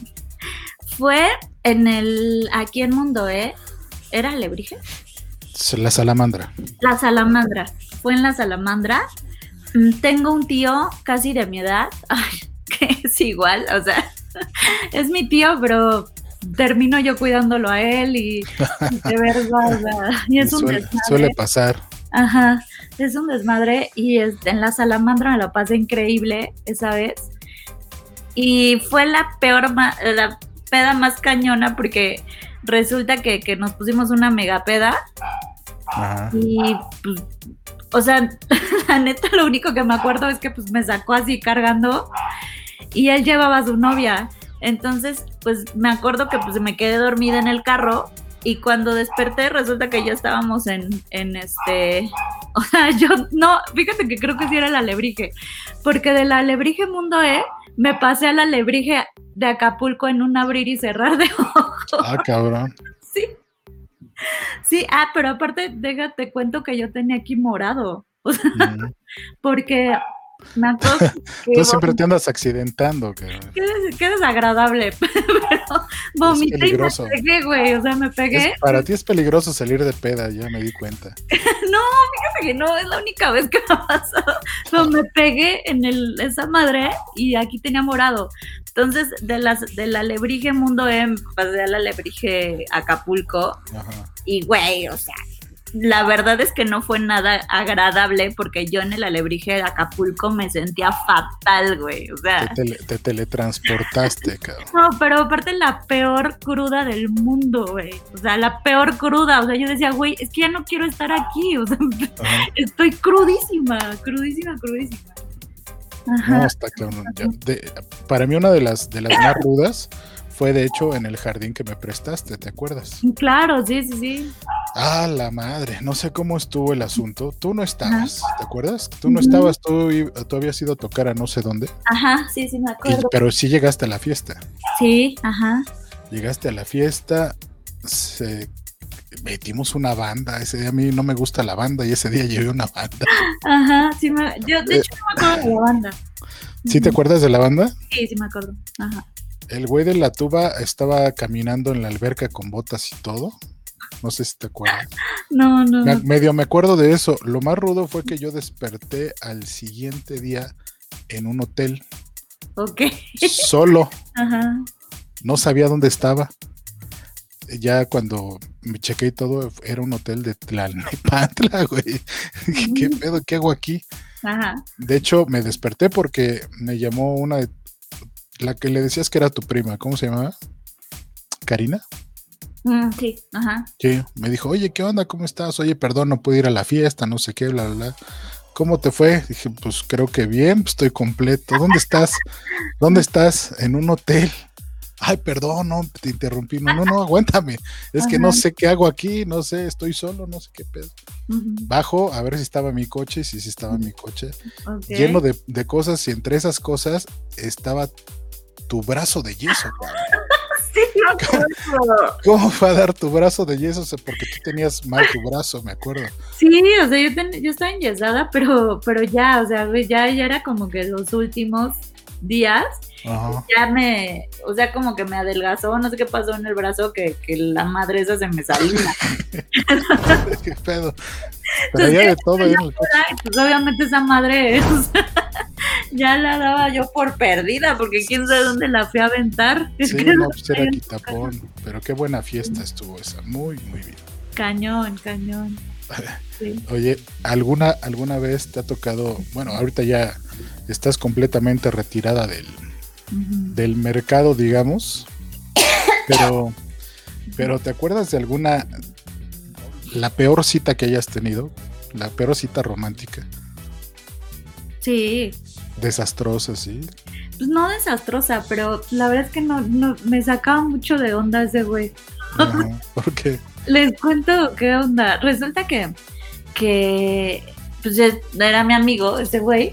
Speaker 3: Fue en el, aquí en Mundo, ¿eh? ¿Era Alebrije?
Speaker 2: La Salamandra.
Speaker 3: La Salamandra. Fue en la Salamandra. Tengo un tío casi de mi edad, ay, que es igual, o sea, es mi tío, pero termino yo cuidándolo a él y de verdad, y es un
Speaker 2: suele,
Speaker 3: desmadre.
Speaker 2: Suele pasar.
Speaker 3: Ajá, es un desmadre y es, en la Salamandra me la pasé increíble esa vez y fue la peor, la peda más cañona porque resulta que, que nos pusimos una mega peda. Ajá. Y pues, o sea, la neta lo único que me acuerdo es que pues me sacó así cargando y él llevaba a su novia, entonces pues me acuerdo que pues me quedé dormida en el carro y cuando desperté resulta que ya estábamos en, en este, o sea, yo no, fíjate que creo que sí era el Alebrije, porque del Alebrije Mundo E me pasé al Alebrije de Acapulco en un abrir y cerrar de ojos.
Speaker 2: Ah, cabrón.
Speaker 3: Sí. Sí, ah, pero aparte, déjate cuento que yo tenía aquí morado, o sea, mm. porque me acuerdo que
Speaker 2: tú siempre te andas accidentando. Que...
Speaker 3: Qué, des, qué desagradable, pero vomité y me pegué, güey, o sea, me pegué.
Speaker 2: Es, para ti es peligroso salir de peda, ya me di cuenta.
Speaker 3: No, fíjate que no, es la única vez que me ha pasado, pero me pegué en el, esa madre y aquí tenía morado. Entonces, de las del Alebrije Mundo E, pasé al Alebrije Acapulco. Ajá. Y, güey, o sea, la verdad es que no fue nada agradable porque yo en el Alebrije Acapulco me sentía fatal, güey, o sea.
Speaker 2: Te, tele, te teletransportaste, cabrón.
Speaker 3: No, pero aparte la peor cruda del mundo, güey, o sea, la peor cruda, o sea, yo decía, güey, es que ya no quiero estar aquí, o sea, ajá, estoy crudísima, crudísima, crudísima.
Speaker 2: Ajá. No, está claro. Ya, de, para mí una de las de las más rudas fue de hecho en el jardín que me prestaste, ¿te acuerdas?
Speaker 3: Claro, sí, sí, sí.
Speaker 2: Ah, la madre, no sé cómo estuvo el asunto. Tú no estabas, ajá, ¿te acuerdas? Tú no estabas, tú, tú habías ido a tocar a no sé dónde.
Speaker 3: Ajá, sí, sí me acuerdo.
Speaker 2: Y, pero sí llegaste a la fiesta.
Speaker 3: Sí, ajá.
Speaker 2: Llegaste a la fiesta, se... metimos una banda, ese día a mí no me gusta la banda y ese día llevé una banda.
Speaker 3: Ajá, sí, me, yo de hecho no me acuerdo de la banda.
Speaker 2: ¿Sí te acuerdas de la banda?
Speaker 3: Sí, sí me acuerdo, ajá.
Speaker 2: El güey de la tuba estaba caminando en la alberca con botas y todo, no sé si te acuerdas.
Speaker 3: No, no.
Speaker 2: Me, medio me acuerdo de eso, lo más rudo fue que yo desperté al siguiente día en un hotel.
Speaker 3: Ok.
Speaker 2: Solo.
Speaker 3: Ajá.
Speaker 2: No sabía dónde estaba. Ya cuando me chequé y todo, era un hotel de Tlalnepantla, güey. Uh-huh. ¿Qué pedo? ¿Qué hago aquí?
Speaker 3: Ajá.
Speaker 2: De hecho, me desperté porque me llamó una de... La que le decías que era tu prima, ¿cómo se llamaba? ¿Karina?
Speaker 3: Mm, sí, ajá.
Speaker 2: Sí, me dijo, oye, ¿qué onda? ¿Cómo estás? Oye, perdón, no pude ir a la fiesta, no sé qué, bla, bla, bla. ¿Cómo te fue? Dije, pues creo que bien, pues estoy completo. ¿Dónde estás? ¿Dónde estás? En un hotel. ay, perdón, no, te interrumpí, no, no, no, aguántame, es Ajá. que no sé qué hago aquí, no sé, estoy solo, no sé qué pedo. Uh-huh. Bajo a ver si estaba mi coche, sí, sí estaba mi coche, okay. lleno de, de cosas, y entre esas cosas estaba tu brazo de yeso, cabrón.
Speaker 3: Sí,
Speaker 2: ¿Cómo, ¿Cómo fue a dar tu brazo de yeso? O sea, porque tú tenías mal tu brazo, me acuerdo.
Speaker 3: Sí, o sea, yo, ten, yo estaba enyesada, pero, pero ya, o sea, ya, ya era como que los últimos días. Ajá. Ya me, o sea, como que me adelgazó, no sé qué pasó en el brazo, que, que la madre esa se me salió.
Speaker 2: Qué pedo. Pero ya de todo ahí en el coche.
Speaker 3: Pues obviamente esa madre, o sea, ya la daba yo por perdida, porque quién sabe dónde la fui a aventar.
Speaker 2: Sí, no, pues era quitapón, pero qué buena fiesta estuvo esa, muy, muy bien.
Speaker 3: Cañón, cañón.
Speaker 2: Sí. Oye, ¿alguna, alguna vez te ha tocado, bueno, ahorita ya estás completamente retirada del, uh-huh. del mercado, digamos, pero, pero ¿te acuerdas de alguna, la peor cita que hayas tenido? La peor cita romántica.
Speaker 3: Sí.
Speaker 2: Desastrosa, sí.
Speaker 3: Pues no desastrosa, pero la verdad es que no, no me sacaba mucho de onda ese güey.
Speaker 2: Uh-huh. ¿Por qué?
Speaker 3: Les cuento qué onda. Resulta que, que pues era mi amigo, ese güey.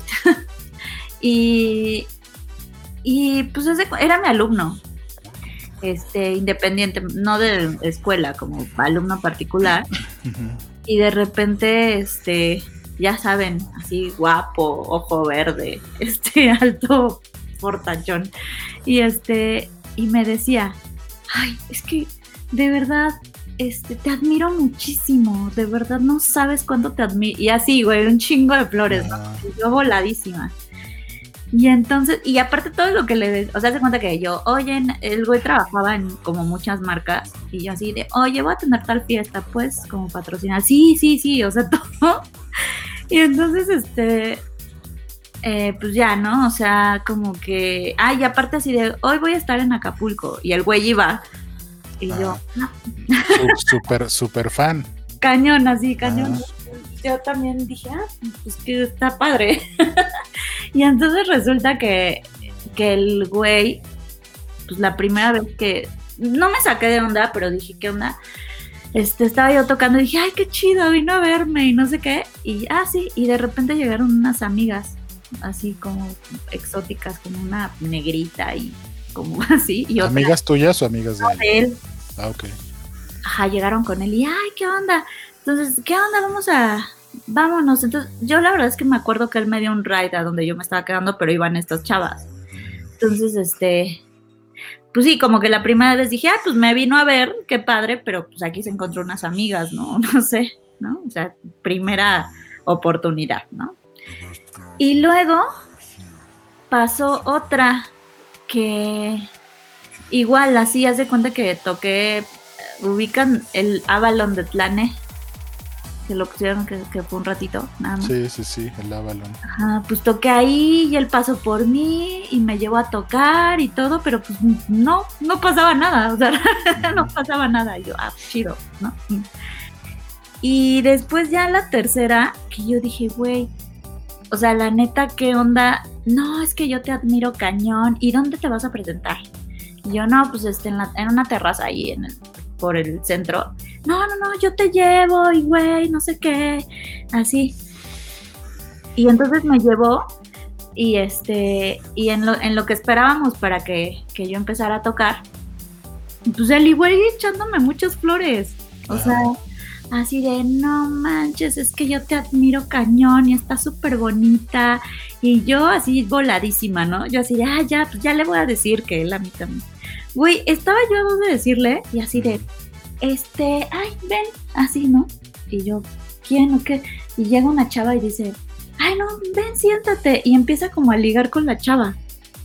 Speaker 3: y, y pues ese, era mi alumno. Este, independiente, no de escuela, como alumno particular. Uh-huh. Y de repente, este, ya saben, así guapo, ojo verde, este, alto, fortachón. Y este, y me decía, ay, es que de verdad, este, te admiro muchísimo, de verdad no sabes cuánto te admiro. Y así, güey, un chingo de flores, ¿no? Y yo voladísima. Y entonces, y aparte todo lo que le, o sea, se cuenta que yo, oye, el güey trabajaba en como muchas marcas, y yo así de, oye, voy a tener tal fiesta, pues, como patrocinar, sí, sí, sí, o sea, todo. Y entonces, este, eh, pues ya, ¿no? O sea, como que, ay, y aparte así de, hoy voy a estar en Acapulco, y el güey iba, y ah, yo, no.
Speaker 2: Súper, súper fan.
Speaker 3: Cañón, así, cañón. Ah. Yo también dije, ah, pues que está padre. Y entonces resulta que, que el güey, pues la primera vez que, no me saqué de onda, pero dije, ¿qué onda? Este, estaba yo tocando y dije, ay, qué chido, vino a verme y no sé qué. Y, ah, sí, y de repente llegaron unas amigas, así como exóticas, como una negrita y como así. Y otra,
Speaker 2: ¿amigas tuyas o amigas de él?
Speaker 3: De él.
Speaker 2: Ah, ok.
Speaker 3: Ajá, llegaron con él y, ay, ¿qué onda? Entonces, ¿qué onda? Vamos a... Vámonos. Entonces, yo la verdad es que me acuerdo que él me dio un ride a donde yo me estaba quedando, pero iban estas chavas. Entonces, este... Pues sí, como que la primera vez dije, ah, pues me vino a ver, qué padre, pero pues aquí se encontró unas amigas, ¿no? No sé, ¿no? O sea, primera oportunidad, ¿no? Y luego pasó otra que igual, así, haz de cuenta que toqué, ubican el Avalon de Tlane, que lo pusieron que, que fue un ratito, nada más.
Speaker 2: Sí, sí, sí, el Avalon.
Speaker 3: Ajá, pues toqué ahí y él pasó por mí y me llevó a tocar y todo, pero pues no, no pasaba nada, o sea, uh-huh. no pasaba nada. Y yo, ah, chido, ¿no? Y después ya la tercera, que yo dije, güey, o sea, la neta, ¿qué onda? No, es que yo te admiro cañón. ¿Y dónde te vas a presentar? Y yo, no, pues este, en, la, en una terraza ahí en el, por el centro. No, no, no, yo te llevo y güey, no sé qué, así. Y entonces me llevó y este, y en lo, en lo que esperábamos para que, que yo empezara a tocar, pues él igual echándome muchas flores, o sea, así de, no manches, es que yo te admiro cañón y está súper bonita, y yo así voladísima, ¿no? Yo así de, ah, ya, pues ya le voy a decir que él a mí también. Güey, estaba yo a dos de decirle y así de, este, ay, ven, así, ¿no? Y yo, ¿quién o qué? Y llega una chava y dice, ay, no, ven, siéntate. Y empieza como a ligar con la chava.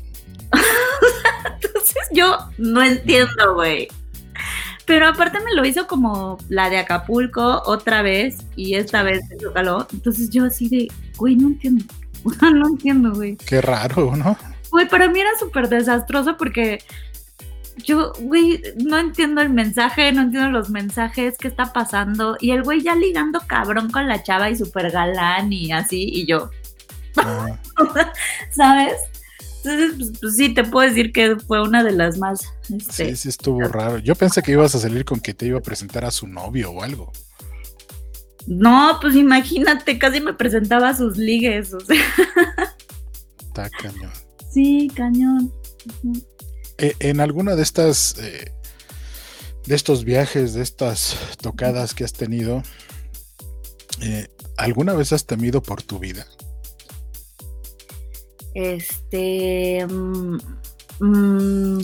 Speaker 3: Entonces yo no entiendo, güey. Pero aparte me lo hizo como la de Acapulco otra vez y esta vez se chocaló. Entonces yo así de, güey, no entiendo. No entiendo, güey.
Speaker 2: Qué raro, ¿no?
Speaker 3: Güey, para mí era súper desastroso porque... Yo, güey, no entiendo el mensaje, no entiendo los mensajes, qué está pasando. Y el güey ya ligando cabrón con la chava y súper galán y así, y yo. Ah. ¿Sabes? Entonces, pues, pues sí, te puedo decir que fue una de las más... Este,
Speaker 2: sí, sí estuvo raro. Yo pensé que ibas a salir con que te iba a presentar a su novio o algo.
Speaker 3: No, pues imagínate, casi me presentaba a sus ligues, o sea.
Speaker 2: Está cañón.
Speaker 3: Sí, cañón. Uh-huh.
Speaker 2: Eh, en alguna de estas, eh, de estos viajes, de estas tocadas que has tenido, eh, ¿alguna vez has temido por tu vida?
Speaker 3: Este... Mmm, mmm,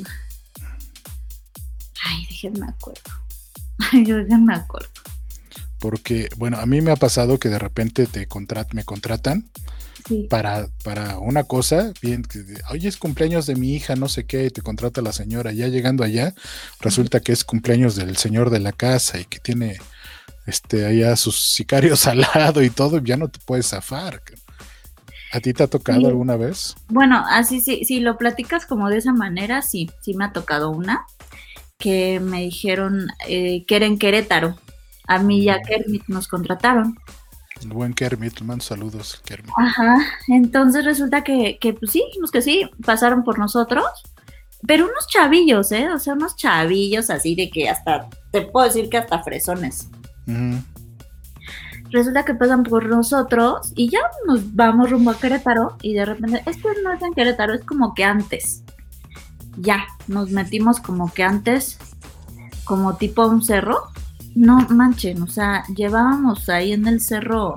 Speaker 3: ay, déjenme acuerdo. Ay, déjenme acuerdo.
Speaker 2: Porque, bueno, a mí me ha pasado que de repente te contrat, me contratan sí. para, para una cosa, bien, que, oye, es cumpleaños de mi hija, no sé qué, y te contrata la señora, ya llegando allá, resulta que es cumpleaños del señor de la casa y que tiene este allá sus sicarios al lado y todo, ya no te puedes zafar. ¿A ti te ha tocado sí. alguna vez?
Speaker 3: Bueno, así sí, si lo platicas como de esa manera, sí, sí me ha tocado una, que me dijeron eh, que era en Querétaro. A mí y a Kermit nos contrataron.
Speaker 2: El buen Kermit, mando saludos, Kermit.
Speaker 3: Ajá, entonces resulta que, que pues sí, dijimos que sí, pasaron por nosotros, pero unos chavillos, ¿eh? O sea, unos chavillos así de que hasta, te puedo decir que hasta fresones. Uh-huh. Resulta que pasan por nosotros y ya nos vamos rumbo a Querétaro y de repente, esto no es en Querétaro, es como que antes. Ya, nos metimos como que antes, como tipo a un cerro. No manchen, o sea, llevábamos ahí en el cerro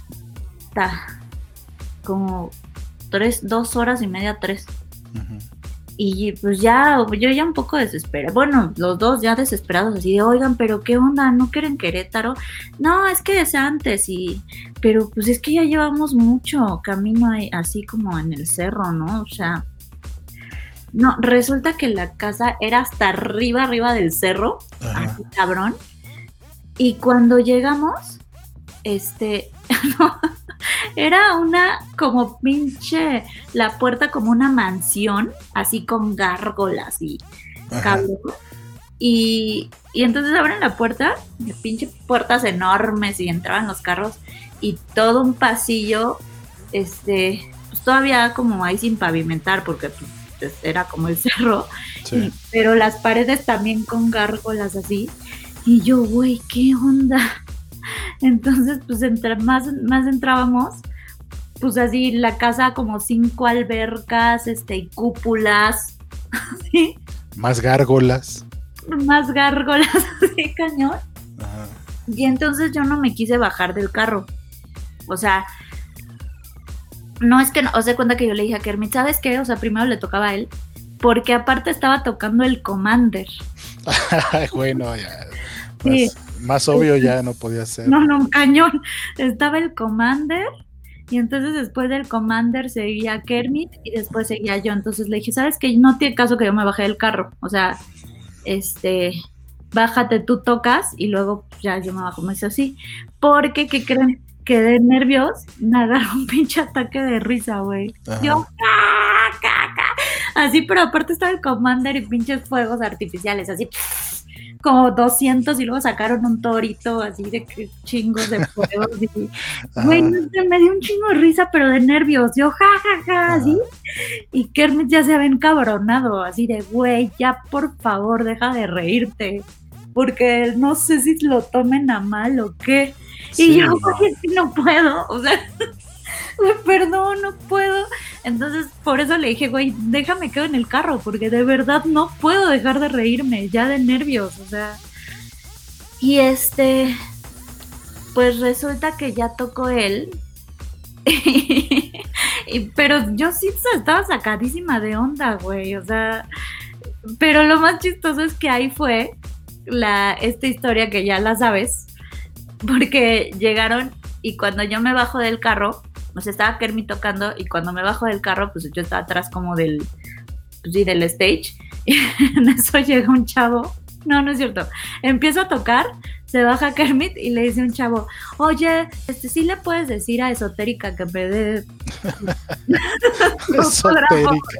Speaker 3: ta, como tres, dos horas y media, tres. Uh-huh. Y pues ya, yo ya un poco desesperada. Bueno, los dos ya desesperados, así de, oigan, pero ¿qué onda? ¿No quieren Querétaro? No, es que es antes, y pero pues es que ya llevamos mucho camino ahí, así como en el cerro, ¿no? O sea, no, resulta que la casa era hasta arriba, arriba del cerro, uh-huh. así cabrón. Y cuando llegamos, este, no, era una como pinche, la puerta como una mansión, así con gárgolas y cabrón. Y, y entonces abren la puerta, de pinche puertas enormes y entraban los carros y todo un pasillo, este, pues todavía como ahí sin pavimentar porque pues, era como el cerro, sí. y, pero las paredes también con gárgolas así. Y yo, güey, ¿qué onda? Entonces, pues, entre más, más entrábamos, pues así, la casa como cinco albercas, este, y cúpulas, ¿sí?
Speaker 2: Más gárgolas.
Speaker 3: Más gárgolas, así, cañón. Ajá. Y entonces yo no me quise bajar del carro. O sea, no es que, no, os dé cuenta que yo le dije a Kermit, ¿sabes qué? O sea, primero le tocaba a él, porque aparte estaba tocando el Commander.
Speaker 2: Bueno, ya... Más, sí. más obvio ya no podía ser.
Speaker 3: No, no, cañón. Estaba el Commander y entonces después del Commander seguía Kermit y después seguía yo. Entonces le dije, ¿sabes qué? No tiene caso que yo me bajé del carro. O sea, este, bájate, tú tocas y luego ya yo me bajo. Me dice así. Porque, ¿qué creen? Que de nervios me agarró un pinche ataque de risa, güey. Yo, ¡ca, ca, ca! Así, pero aparte estaba el Commander y pinches fuegos artificiales, así... como doscientos y luego sacaron un torito así de que chingos de fuegos y güey, me dio un chingo de risa pero de nervios, yo ja ja ja así y Kermit ya se había encabronado así de güey, ya por favor deja de reírte porque no sé si lo tomen a mal o qué sí, y yo no. no puedo, o sea perdón, no puedo. Entonces, por eso le dije, güey, déjame quedo en el carro, porque de verdad no puedo dejar de reírme, ya de nervios, o sea. Y este, pues resulta que ya tocó él, y, pero yo sí estaba sacadísima de onda, güey, o sea, pero lo más chistoso es que ahí fue la, esta historia que ya la sabes, porque llegaron y cuando yo me bajo del carro, o sea, estaba Kermit tocando y cuando me bajo del carro, pues yo estaba atrás como del, pues sí, del stage. Y en eso llega un chavo. No, no es cierto. Empiezo a tocar, se baja Kermit y le dice a un chavo, oye, este sí le puedes decir a Esotérica que me dé...
Speaker 2: Esotérica.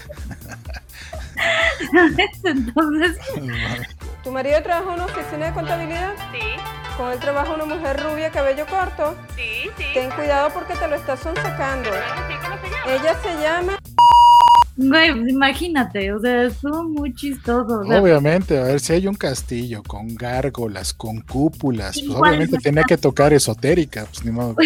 Speaker 3: Entonces...
Speaker 4: ¿Tu marido trabaja en una oficina de contabilidad?
Speaker 5: Sí.
Speaker 4: ¿Con él trabaja una mujer rubia, cabello corto?
Speaker 5: Sí, sí.
Speaker 4: Ten cuidado porque te lo estás sonsacando.
Speaker 5: Sí, ¿cómo se llama?
Speaker 4: Ella se llama...
Speaker 3: Güey, pues imagínate, o sea, estuvo muy chistoso. O sea,
Speaker 2: Obviamente, a ver, si hay un castillo con gárgolas, con cúpulas, pues
Speaker 3: igual
Speaker 2: obviamente
Speaker 3: no
Speaker 2: tenía que tocar esotérica, pues ni modo.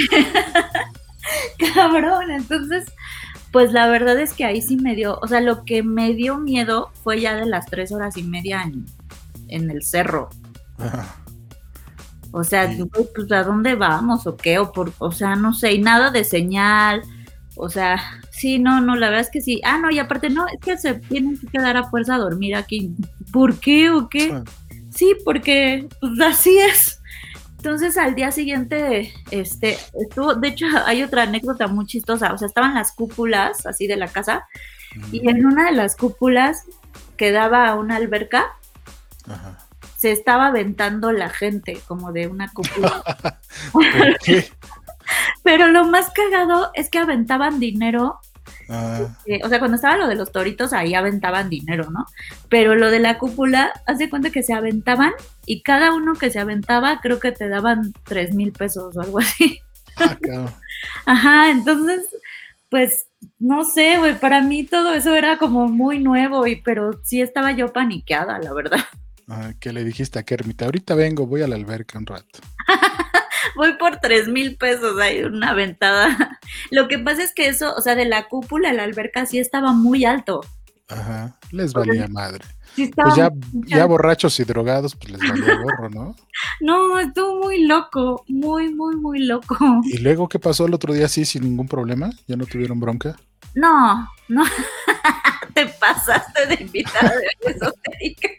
Speaker 3: cabrón, entonces, pues la verdad es que ahí sí me dio, o sea, lo que me dio miedo fue ya de las tres horas y media en, en el cerro.
Speaker 2: Ajá.
Speaker 3: O sea,
Speaker 2: Sí.
Speaker 3: güey, pues ¿a dónde vamos o qué? O, por, o sea, no sé, y nada de señal. O sea, sí, no, no, la verdad es que sí. Ah, no, y aparte no, es que se tienen que quedar a fuerza a dormir aquí. ¿Por qué o qué? Sí, porque pues así es. Entonces al día siguiente, este, estuvo, de hecho hay otra anécdota muy chistosa, o sea, estaban las cúpulas así de la casa, y en una de las cúpulas que daba a una alberca,
Speaker 2: Ajá.
Speaker 3: se estaba aventando la gente, como de una cúpula.
Speaker 2: ¿Por qué?
Speaker 3: Pero lo más cagado es que aventaban dinero.
Speaker 2: Ah,
Speaker 3: Eh, o sea, cuando estaba lo de los toritos, ahí aventaban dinero, ¿no? Pero lo de la cúpula, haz de cuenta que se aventaban y cada uno que se aventaba, creo que te daban tres mil pesos o algo así.
Speaker 2: ah, cabrón.
Speaker 3: Ajá, entonces, pues, no sé, güey, para mí todo eso era como muy nuevo, y pero sí estaba yo paniqueada, la verdad.
Speaker 2: Ah, ¿qué le dijiste a Kermit? Ahorita vengo, voy a la alberca un rato.
Speaker 3: Voy por tres mil pesos, hay una aventada. Lo que pasa es que eso, o sea, de la cúpula a la alberca sí estaba muy alto.
Speaker 2: Ajá, les valía madre.
Speaker 3: Sí estaba
Speaker 2: Pues ya,
Speaker 3: muy
Speaker 2: ya borrachos y drogados, pues les valía gorro, ¿no?
Speaker 3: No, estuvo muy loco, muy, muy, muy loco.
Speaker 2: ¿Y luego qué pasó el otro día así sin ningún problema? ¿Ya no tuvieron bronca?
Speaker 3: No, no, te pasaste de invitada de esotérica.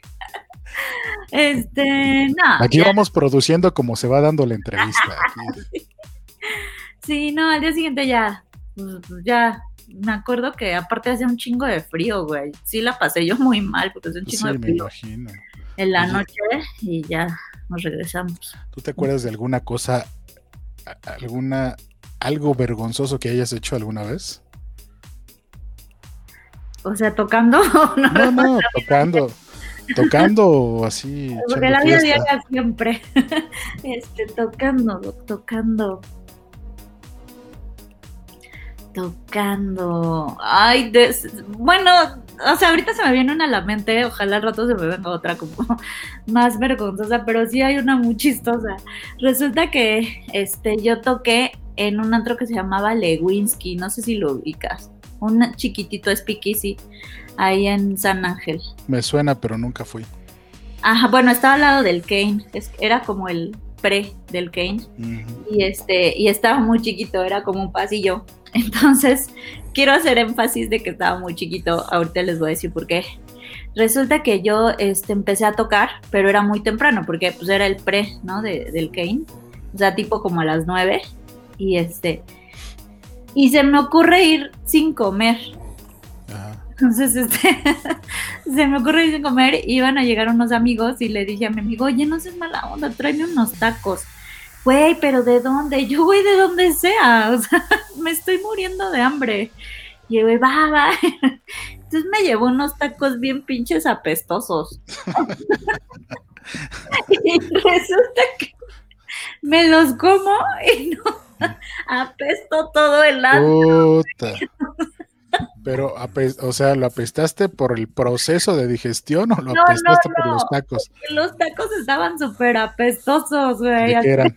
Speaker 3: Este, no.
Speaker 2: Aquí
Speaker 3: ya.
Speaker 2: vamos produciendo como se va dando la entrevista. Aquí.
Speaker 3: Sí, no, al día siguiente ya, pues, ya, me acuerdo que aparte hacía un chingo de frío, güey. Sí la pasé yo muy mal porque hacía un chingo
Speaker 2: Sí,
Speaker 3: de
Speaker 2: me
Speaker 3: frío
Speaker 2: imagino.
Speaker 3: en la
Speaker 2: Oye.
Speaker 3: noche y ya nos regresamos.
Speaker 2: ¿Tú te acuerdas de alguna cosa, a- alguna, algo vergonzoso que hayas hecho alguna vez?
Speaker 3: O sea, tocando, no,
Speaker 2: No, no, tocando, tocando así,
Speaker 3: porque
Speaker 2: echando
Speaker 3: la vida
Speaker 2: fiesta.
Speaker 3: diaria siempre, este, tocando, tocando, tocando, ay, des... bueno, o sea, ahorita se me viene una a la mente, ojalá al rato se me venga otra como más vergonzosa, pero sí hay una muy chistosa. Resulta que, este, yo toqué en un antro que se llamaba Lewinsky, no sé si lo ubicas, un chiquitito speakeasy, ahí en San Ángel.
Speaker 2: Me suena, pero nunca fui.
Speaker 3: Ajá, bueno, estaba al lado del Kane, es, era como el pre del Kane,
Speaker 2: Ujú.
Speaker 3: y este, y estaba muy chiquito, era como un pasillo. Entonces, quiero hacer énfasis de que estaba muy chiquito, ahorita les voy a decir por qué. Resulta que yo este, empecé a tocar, pero era muy temprano, porque pues era el pre, ¿no? De, del Kane, o sea, tipo como a las nueve, y este, y se me ocurre ir sin comer.
Speaker 2: Ajá.
Speaker 3: Entonces, este, se me ocurrió ir sin comer, iban a llegar unos amigos y le dije a mi amigo, oye, no seas mala onda, tráeme unos tacos. Güey, ¿pero de dónde? Yo, güey, de donde sea, o sea, me estoy muriendo de hambre. Y el güey, va, va. Entonces me llevó unos tacos bien pinches apestosos. Y resulta que me los como y no, apesto todo el antro.
Speaker 2: Puta. Pero, ape- o sea, ¿lo apestaste por el proceso de digestión o lo
Speaker 3: No,
Speaker 2: apestaste
Speaker 3: no,
Speaker 2: por
Speaker 3: no.
Speaker 2: los tacos?
Speaker 3: Los tacos estaban súper apestosos, güey.
Speaker 2: ¿De qué eran?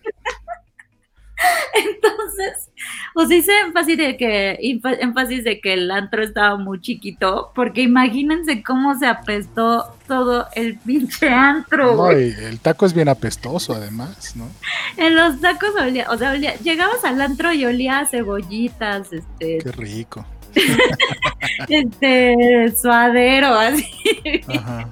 Speaker 3: Entonces, os hice énfasis de que infa- énfasis de que el antro estaba muy chiquito, porque imagínense cómo se apestó todo el pinche antro,
Speaker 2: No,
Speaker 3: güey.
Speaker 2: y el taco es bien apestoso, además, ¿no?
Speaker 3: En los tacos olía, o sea, olía, llegabas al antro y olía a cebollitas, este,
Speaker 2: Qué rico.
Speaker 3: este, suadero, así.
Speaker 2: Ajá.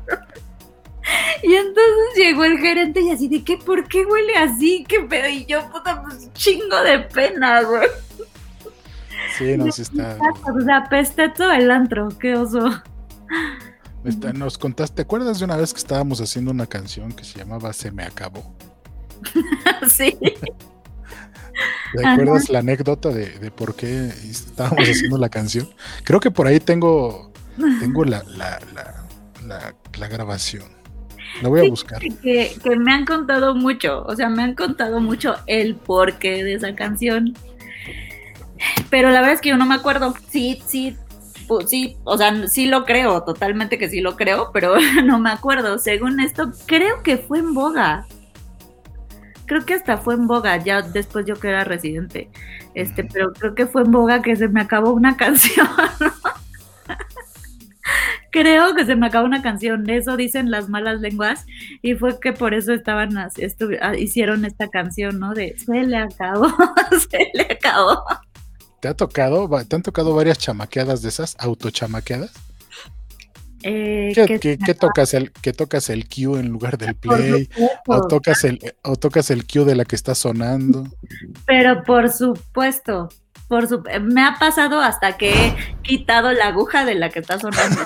Speaker 3: Y entonces llegó el gerente y así de que, ¿por qué huele así? ¿Qué pedo? Y yo, puta, pues chingo de pena, güey.
Speaker 2: Sí, no, sí está.
Speaker 3: O sea, apesté todo el antro, qué oso.
Speaker 2: está- Nos contaste, ¿te acuerdas de una vez que estábamos haciendo una canción que se llamaba Se me acabó?
Speaker 3: Sí.
Speaker 2: ¿Te acuerdas la anécdota de, de por qué estábamos haciendo la canción? Creo que por ahí tengo, tengo la, la, la, la, la grabación. La voy a buscar.
Speaker 3: Que, que me han contado mucho, o sea, me han contado mucho el porqué de esa canción. Pero la verdad es que yo no me acuerdo. Sí, sí, pues, sí, o sea, sí lo creo, totalmente que sí lo creo, pero no me acuerdo. Según esto, creo que fue en boga. Creo que hasta fue en boga, ya después yo que era residente. Este, pero creo que fue en boga que se me acabó una canción, ¿no? Creo que se me acabó una canción, eso dicen las malas lenguas, y fue que por eso estaban, estu- hicieron esta canción, ¿no? De se le acabó, se le acabó.
Speaker 2: ¿Te ha tocado, te han tocado varias chamaqueadas de esas, autochamaqueadas?
Speaker 3: Eh,
Speaker 2: ¿Qué,
Speaker 3: que
Speaker 2: qué, qué tocas el, que tocas el Q en lugar del play? ¿O tocas el, o tocas el Q de la que está sonando?
Speaker 3: Pero por supuesto, por su, me ha pasado hasta que he quitado la aguja de la que está sonando.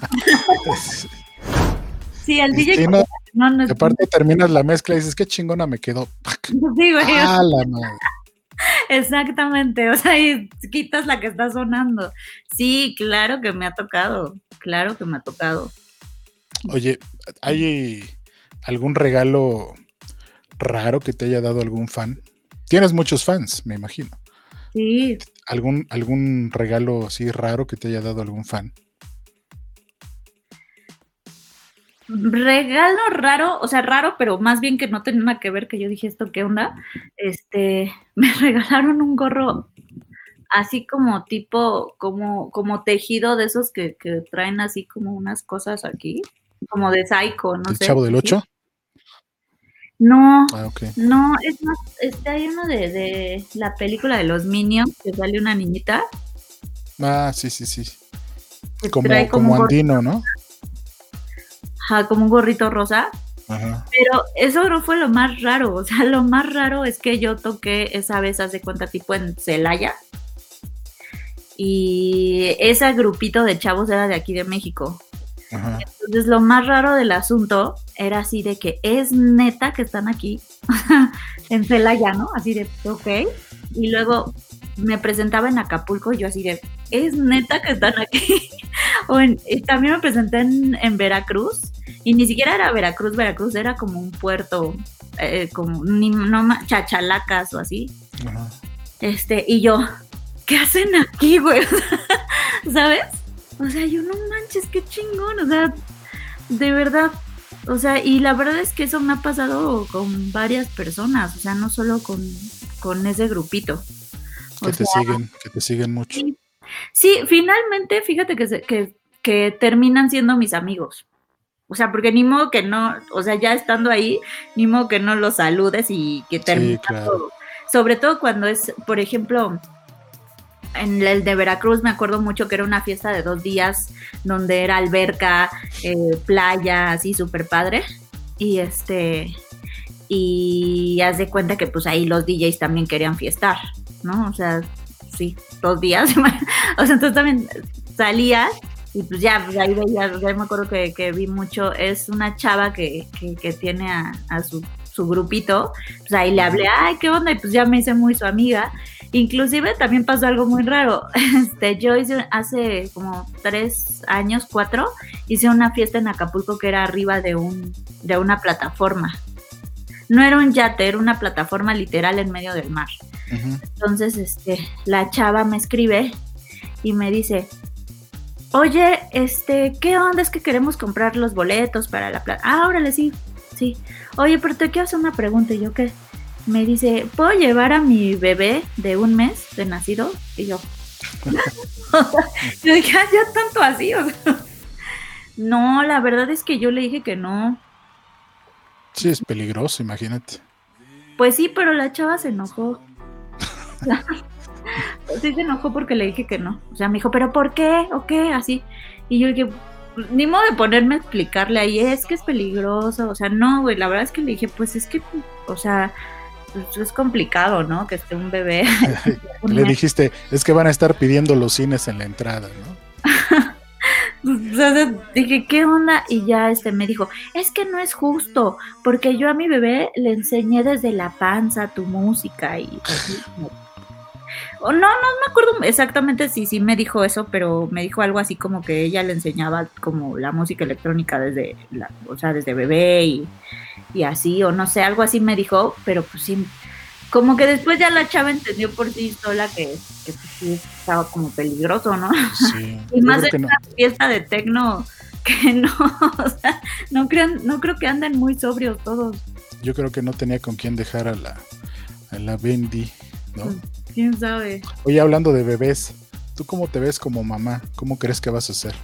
Speaker 3: Sí, el D J.
Speaker 2: Sí, no,
Speaker 3: no, no,
Speaker 2: aparte terminas la mezcla y dices, qué chingona me quedó.
Speaker 3: Sí, güey.
Speaker 2: ¡Ah, la madre!
Speaker 3: Exactamente, o sea, y quitas la que está sonando. Sí, claro que me ha tocado, claro que me ha tocado.
Speaker 2: Oye, ¿hay algún regalo raro que te haya dado algún fan? Tienes muchos fans, me imagino.
Speaker 3: Sí.
Speaker 2: ¿Algún, algún regalo así raro que te haya dado algún fan?
Speaker 3: Regalo raro, o sea, raro, pero más bien que no tenía nada que ver, que yo dije, ¿esto qué onda? Este, me regalaron un gorro así como tipo, como, como tejido de esos que, que traen así como unas cosas aquí, como de Psycho, no
Speaker 2: ¿El
Speaker 3: sé.
Speaker 2: Chavo del Ocho?
Speaker 3: No,
Speaker 2: Ah, okay.
Speaker 3: No, es más, este, hay uno de, de la película de los Minions, que sale una niñita.
Speaker 2: Ah, sí, sí, sí.
Speaker 3: Como,
Speaker 2: como, como andino, ¿no?
Speaker 3: Ajá, como un gorrito rosa.
Speaker 2: Ajá.
Speaker 3: Pero eso no fue lo más raro, o sea, lo más raro es que yo toqué esa vez, haz de cuenta, tipo en Celaya, y ese grupito de chavos era de aquí de México. Ajá. Entonces lo más raro del asunto era así de que es neta que están aquí en Celaya, ¿no? Así de, ok, y luego me presentaba en Acapulco y yo así de, es neta que están aquí. O en, también me presenté en, en Veracruz, y ni siquiera era Veracruz, Veracruz era como un puerto, eh, como ni, no, Chachalacas o así. Ajá. Este, y yo, ¿qué hacen aquí, güey? ¿Sabes? O sea, yo no manches, qué chingón, o sea, de verdad, o sea, y la verdad es que eso me ha pasado con varias personas, o sea, no solo con, con ese grupito.
Speaker 2: O que sea, te siguen, que te siguen mucho.
Speaker 3: Sí, sí, finalmente, fíjate que, se, que, que terminan siendo mis amigos. O sea, porque ni modo que no, o sea, ya estando ahí, ni modo que no los saludes y que termine sí, claro. todo. Sobre todo cuando es, por ejemplo, en el de Veracruz me acuerdo mucho que era una fiesta de dos días donde era alberca, eh, playa, así súper padre. Y este, y haz de cuenta que pues ahí los D Js también querían fiestar, ¿no? O sea, sí, dos días. O sea, entonces también salías y pues ya, pues ahí veía, ya me acuerdo que, que vi mucho, es una chava que, que, que tiene a, a su, su grupito, pues ahí le hablé, ay, ¿qué onda? Y pues ya me hice muy su amiga. Inclusive también pasó algo muy raro. Este, yo hice hace como tres años, cuatro, hice una fiesta en Acapulco que era arriba de un, de una plataforma. No era un yate, era una plataforma literal en medio del mar. Uh-huh. Entonces, este, la chava me escribe y me dice, oye, este, ¿qué onda? Es que queremos comprar los boletos para la plata. Ah, órale, sí, sí. Oye, pero te quiero hacer una pregunta. ¿Y yo qué? Me dice, ¿puedo llevar a mi bebé de un mes de nacido? Y yo, yo dije, ah, ya tanto así. O sea, no, la verdad es que yo le dije que no.
Speaker 2: Sí, es peligroso, imagínate.
Speaker 3: Pues sí, pero la chava se enojó. Sí se enojó porque le dije que no. O sea, me dijo, ¿pero por qué? ¿O qué? Así. Y yo dije, ni modo de ponerme a explicarle ahí, es que es peligroso. O sea, no, güey, la verdad es que le dije, pues es que, o sea, pues es complicado, ¿no? Que esté un bebé.
Speaker 2: un le mes. Dijiste, es que van a estar pidiendo los cines en la entrada, ¿no?
Speaker 3: Entonces dije, ¿qué onda? Y ya este me dijo, es que no es justo, porque yo a mi bebé le enseñé desde la panza tu música y así. No, no me acuerdo exactamente si sí me dijo eso, pero me dijo algo así como que ella le enseñaba como la música electrónica desde la, o sea, desde bebé y, y así, o no sé, algo así me dijo, pero pues sí, como que después ya la chava entendió por sí sola que, que pues, sí estaba como peligroso, ¿no?
Speaker 2: Sí,
Speaker 3: y
Speaker 2: yo
Speaker 3: más
Speaker 2: creo que
Speaker 3: en
Speaker 2: no.
Speaker 3: una fiesta de tecno que no, o sea, no crean, no creo que anden muy sobrios todos.
Speaker 2: Yo creo que no tenía con quién dejar a la, a la Bendy, ¿no?
Speaker 3: Pues, quién sabe.
Speaker 2: Oye, hablando de bebés, ¿tú cómo te ves como mamá? ¿Cómo crees que vas a ser?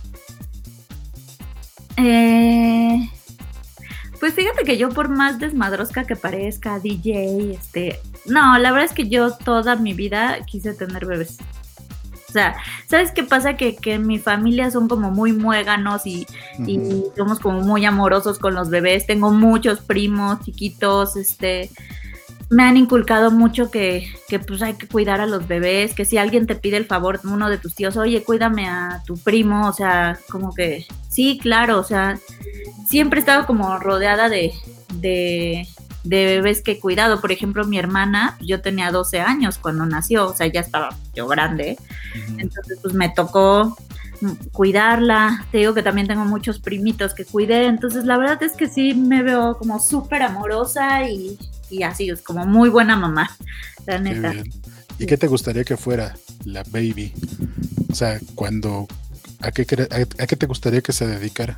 Speaker 3: Eh, pues fíjate que yo por más desmadrosca que parezca, D J, este, no, la verdad es que yo toda mi vida quise tener bebés. O sea, ¿sabes qué pasa? Que, que en mi familia son como muy muéganos y, uh-huh. y somos como muy amorosos con los bebés. Tengo muchos primos chiquitos, este, me han inculcado mucho que, que pues hay que cuidar a los bebés, que si alguien te pide el favor, uno de tus tíos, oye, cuídame a tu primo, o sea, como que, sí, claro, o sea, siempre he estado como rodeada de, de, de bebés que he cuidado. Por ejemplo, mi hermana, yo tenía doce años cuando nació, o sea, ya estaba yo grande, uh-huh. entonces pues me tocó cuidarla. Te digo que también tengo muchos primitos que cuidé, entonces la verdad es que sí me veo como súper amorosa y, y así, es como muy buena mamá, la neta.
Speaker 2: Qué bien. ¿Y qué te gustaría que fuera la baby? O sea, cuando, ¿a qué, a, a qué te gustaría que se dedicara?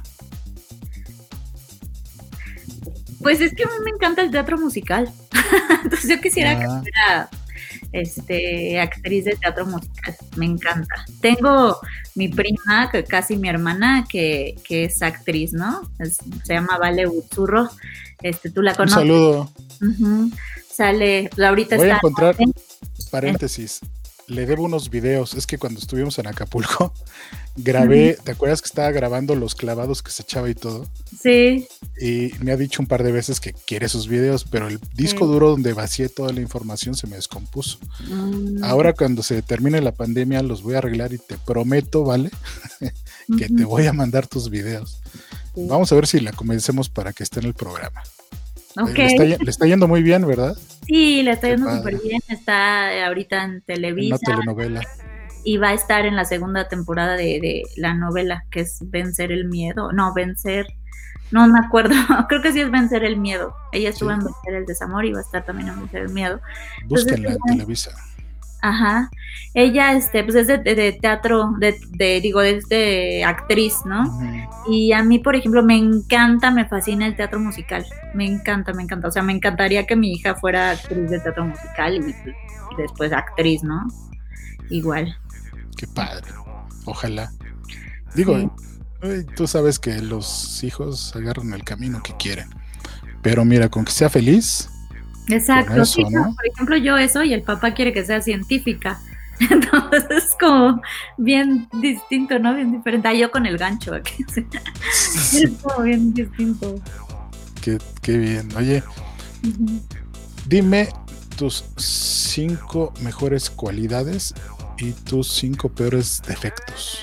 Speaker 3: Pues es que a mí me encanta el teatro musical. Entonces yo quisiera ah. que fuera este, actriz de teatro musical. Me encanta. Tengo mi prima, que casi mi hermana, que, que es actriz, ¿no? Es, se llama Vale Buzzurro. Este, tú la conoces.
Speaker 2: Un saludo.
Speaker 3: Uh-huh. Sale, ahorita
Speaker 2: Voy
Speaker 3: está.
Speaker 2: a encontrar, paréntesis, le debo unos videos. Es que cuando estuvimos en Acapulco, grabé, uh-huh. ¿te acuerdas que estaba grabando los clavados que se echaba y todo?
Speaker 3: Sí.
Speaker 2: Y me ha dicho un par de veces que quiere sus videos, pero el disco sí. duro donde vacié toda la información se me descompuso. Uh-huh. Ahora cuando se termine la pandemia los voy a arreglar y te prometo, ¿vale? que uh-huh. te voy a mandar tus videos. Sí. Vamos a ver si la convencemos para que esté en el programa.
Speaker 3: Okay.
Speaker 2: Le, está, le está yendo muy bien, ¿verdad?
Speaker 3: Sí, le está yendo súper bien. Está ahorita en Televisa.
Speaker 2: En una telenovela.
Speaker 3: Y va a estar en la segunda temporada de, de la novela, que es Vencer el Miedo. No, Vencer... No me acuerdo. Creo que sí es Vencer el Miedo. Ella estuvo sí. en Vencer el Desamor y va a estar también en Vencer el Miedo.
Speaker 2: Búsquenla en Televisa.
Speaker 3: Ajá. Ella, este, pues es de, de, de teatro, de, de, digo, es de actriz, ¿no? Uh-huh. Y a mí, por ejemplo, me encanta, me fascina el teatro musical. Me encanta, me encanta. O sea, me encantaría que mi hija fuera actriz de teatro musical y, y después actriz, ¿no? Igual.
Speaker 2: Qué padre. Ojalá. Digo, sí. tú sabes que los hijos agarran el camino que quieren. Pero mira, con que sea feliz.
Speaker 3: Exacto, eso, sí, ¿no? Por ejemplo, yo eso y el papá quiere que sea científica. Entonces es como bien distinto, ¿no? Bien diferente. Ah, yo con el gancho aquí. Es como bien distinto.
Speaker 2: Qué, qué bien. Oye, uh-huh. dime tus cinco mejores cualidades y tus cinco peores defectos.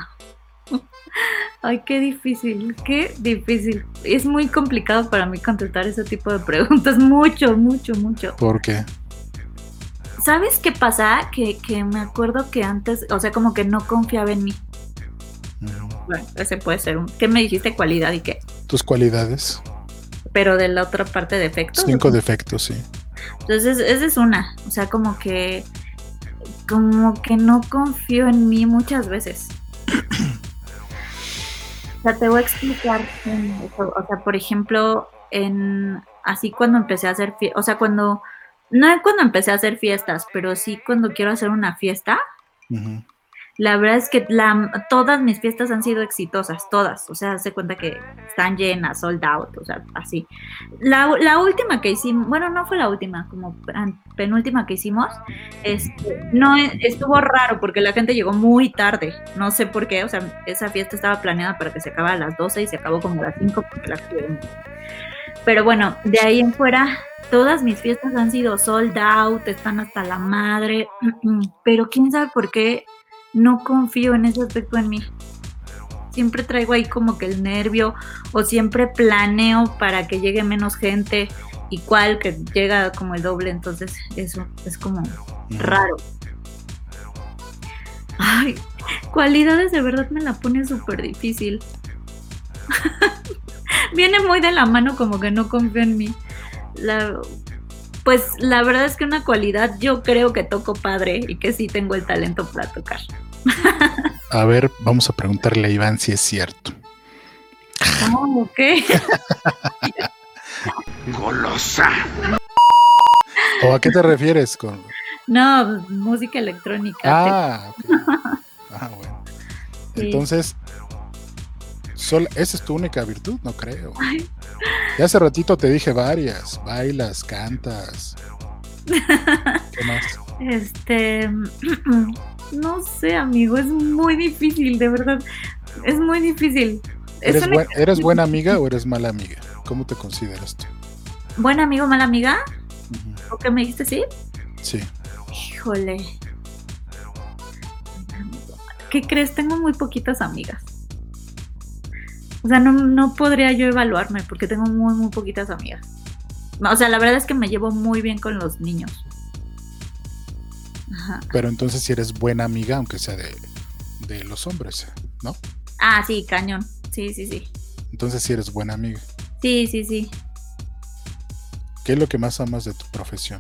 Speaker 3: Ay, qué difícil, qué difícil. Es muy complicado para mí contestar ese tipo de preguntas, mucho, mucho, mucho.
Speaker 2: ¿Por qué?
Speaker 3: ¿Sabes qué pasa? Que, que me acuerdo que antes, o sea, como que no confiaba en mí. No. Bueno, ese puede ser un... ¿Qué me dijiste? ¿Cualidad y qué?
Speaker 2: Tus cualidades.
Speaker 3: Pero de la otra parte, defectos.
Speaker 2: Cinco defectos, sí.
Speaker 3: Entonces, esa es una. O sea, como que... Como que no confío en mí muchas veces. O sea, te voy a explicar eso. O sea, por ejemplo, en así cuando empecé a hacer fiestas, o sea, cuando, no cuando empecé a hacer fiestas, pero sí cuando quiero hacer una fiesta, uh-huh. la verdad es que la, todas mis fiestas han sido exitosas, todas. O sea, se cuenta que están llenas, sold out, o sea, así. La, la última que hicimos, bueno, no fue la última, como penúltima que hicimos, este, no estuvo raro porque la gente llegó muy tarde, no sé por qué, o sea, esa fiesta estaba planeada para que se acabara a las doce y se acabó como a las cinco porque la tuvieron. Pero bueno, de ahí en fuera, todas mis fiestas han sido sold out, están hasta la madre, pero quién sabe por qué no confío en ese aspecto en mí. Siempre traigo ahí como que el nervio o siempre planeo para que llegue menos gente y cual que llega como el doble, entonces eso es como raro. Ay, cualidades de verdad me la pone súper difícil. Viene muy de la mano como que no confío en mí. La... Pues la verdad es que una cualidad yo creo que toco padre y que sí tengo el talento para tocar.
Speaker 2: A ver, vamos a preguntarle a Iván si es cierto.
Speaker 3: ¿Cómo? ¿Qué?
Speaker 5: Golosa.
Speaker 2: ¿O a qué te refieres con...?
Speaker 3: No, música electrónica.
Speaker 2: Ah, ok. Ah, bueno.
Speaker 3: Sí.
Speaker 2: Entonces, sol- ¿esa es tu única virtud? No creo.
Speaker 3: Ay.
Speaker 2: Ya hace ratito te dije varias. Bailas, cantas. ¿Qué más?
Speaker 3: Este, no sé, amigo, es muy difícil, de verdad, es muy difícil. Es
Speaker 2: ¿Eres,
Speaker 3: una-
Speaker 2: buen- ¿Eres buena amiga o eres mala amiga? ¿Cómo te consideras tú?
Speaker 3: ¿Buen amigo, mala amiga?
Speaker 2: Ujú.
Speaker 3: ¿O qué me dijiste, sí?
Speaker 2: Sí.
Speaker 3: Híjole. ¿Qué crees? Tengo muy poquitas amigas. O sea, no, no podría yo evaluarme porque tengo muy, muy poquitas amigas. O sea, la verdad es que me llevo muy bien con los niños. Ajá.
Speaker 2: Pero entonces si eres buena amiga, aunque sea de, de los hombres, ¿no?
Speaker 3: Ah, sí, cañón. Sí, sí, sí.
Speaker 2: Entonces si eres buena amiga.
Speaker 3: Sí, sí, sí.
Speaker 2: ¿Qué es lo que más amas de tu profesión?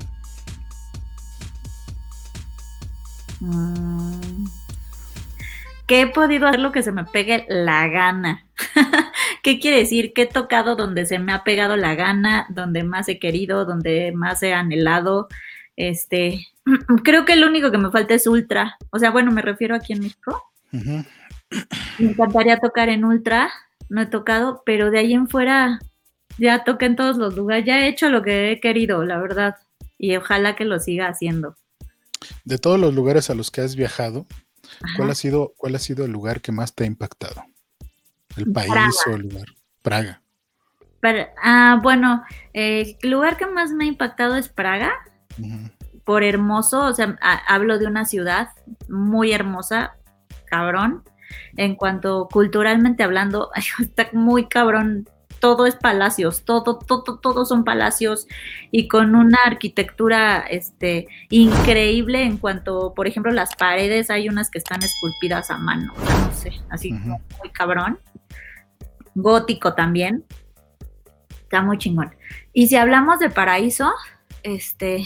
Speaker 3: Mm. Que he podido hacer lo que se me pegue la gana. ¿Qué quiere decir? Que he tocado donde se me ha pegado la gana, donde más he querido, donde más he anhelado. Este, creo que lo único que me falta es Ultra. O sea, bueno, me refiero aquí en México.
Speaker 2: Ujú.
Speaker 3: Me encantaría tocar en Ultra. No he tocado, pero de ahí en fuera ya toqué en todos los lugares. Ya he hecho lo que he querido, la verdad. Y ojalá que lo siga haciendo.
Speaker 2: De todos los lugares a los que has viajado,
Speaker 3: Ajá.
Speaker 2: ¿cuál ha sido, cuál ha sido el lugar que más te ha impactado? ¿El país
Speaker 3: Praga.
Speaker 2: o el lugar? Praga.
Speaker 3: Pero, ah, bueno, eh, el lugar que más me ha impactado es Praga.
Speaker 2: Ujú.
Speaker 3: Por hermoso, o sea, a- hablo de una ciudad muy hermosa, cabrón. En cuanto culturalmente hablando, ay, está muy cabrón. Todo es palacios, todo, todo, todo son palacios y con una arquitectura este, increíble en cuanto, por ejemplo, las paredes, hay unas que están esculpidas a mano, o sea, no sé, así
Speaker 2: Ujú.
Speaker 3: muy cabrón. Gótico también, está muy chingón. Y si hablamos de paraíso, este,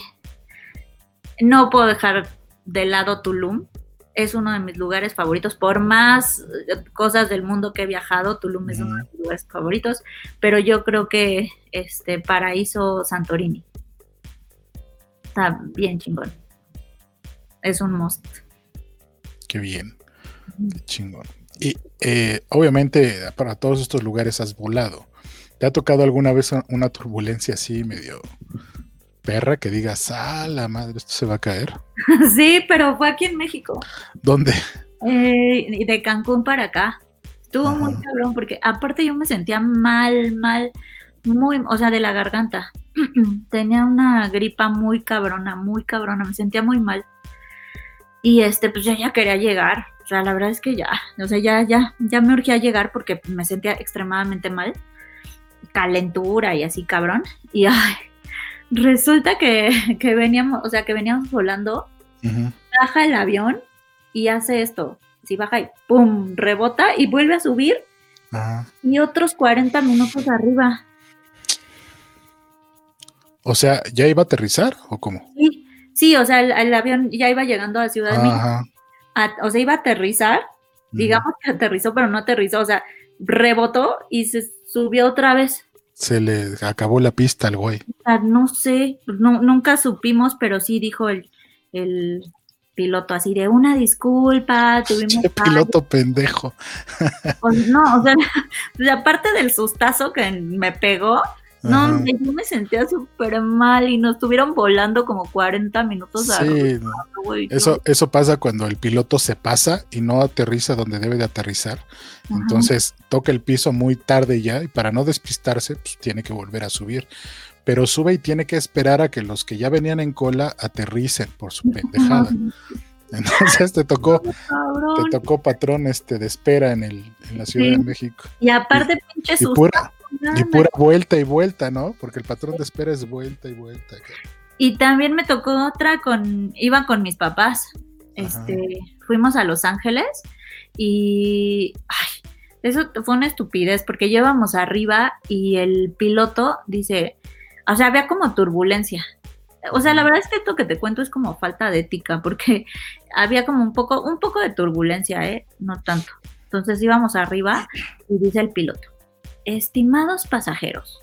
Speaker 3: no puedo dejar de lado Tulum. Es uno de mis lugares favoritos. Por más eh, cosas del mundo que he viajado, Tulum es
Speaker 2: Ujú.
Speaker 3: uno de mis lugares favoritos. Pero yo creo que este Paraíso Santorini está bien chingón. Es un must.
Speaker 2: Qué bien. Qué chingón. Y eh, obviamente para todos estos lugares has volado. ¿Te ha tocado alguna vez una turbulencia así medio perra que digas, ah, la madre, esto se va a caer?
Speaker 3: Sí, pero fue aquí en México.
Speaker 2: ¿Dónde?
Speaker 3: Eh, y de Cancún para acá. Estuvo
Speaker 2: Ajá.
Speaker 3: muy cabrón porque aparte yo me sentía mal, mal, muy, o sea, de la garganta. Tenía una gripa muy cabrona, muy cabrona, me sentía muy mal. Y este, pues yo ya quería llegar. O sea, la verdad es que ya, o sea, ya, ya, ya me urgía llegar porque me sentía extremadamente mal. Calentura y así, cabrón. Y ay, resulta que, que veníamos, o sea, que veníamos volando,
Speaker 2: Ujú.
Speaker 3: baja el avión y hace esto. Si baja y pum, rebota y vuelve a subir
Speaker 2: Ajá.
Speaker 3: y otros cuarenta minutos arriba.
Speaker 2: O sea, ¿ya iba a aterrizar o cómo?
Speaker 3: Sí, sí, o sea, el, el avión ya iba llegando a Ciudad de México.
Speaker 2: Ajá.
Speaker 3: A- o sea, iba a aterrizar,
Speaker 2: Ujú.
Speaker 3: digamos que aterrizó, pero no aterrizó, o sea, rebotó y se subió otra vez.
Speaker 2: Se le acabó la pista al güey.
Speaker 3: O sea, no sé, no, nunca supimos, pero sí dijo el, el piloto así de una disculpa, tuvimos
Speaker 2: Che, piloto pendejo.
Speaker 3: fallos". No, o sea, pues, aparte del sustazo que me pegó, no,
Speaker 2: Ajá.
Speaker 3: hombre, yo me sentía súper mal y nos estuvieron volando como cuarenta minutos
Speaker 2: Sí,
Speaker 3: arriba,
Speaker 2: no.
Speaker 3: güey.
Speaker 2: Eso, eso pasa cuando el piloto se pasa y no aterriza donde debe de aterrizar.
Speaker 3: Ajá.
Speaker 2: Entonces toca el piso muy tarde ya y para no despistarse, pues tiene que volver a subir. Pero sube y tiene que esperar a que los que ya venían en cola aterricen por su pendejada. Entonces te tocó,
Speaker 3: Cabrón.
Speaker 2: te tocó patrón este de espera en el, en la Ciudad
Speaker 3: Sí.
Speaker 2: de México.
Speaker 3: Y aparte, pinche
Speaker 2: Y
Speaker 3: sustazo.
Speaker 2: pura,
Speaker 3: nada
Speaker 2: y
Speaker 3: más.
Speaker 2: pura vuelta y vuelta, ¿no? Porque el patrón de espera es vuelta y vuelta.
Speaker 3: Y también me tocó otra con, iba con mis papás.
Speaker 2: Ajá.
Speaker 3: Este, fuimos a Los Ángeles y ay, eso fue una estupidez porque llevamos arriba y el piloto dice, o sea, había como turbulencia o sea, la verdad es que esto que te cuento es como falta de ética, porque había como un poco, un poco de turbulencia, ¿eh? No tanto. Entonces íbamos arriba y dice el piloto: estimados pasajeros,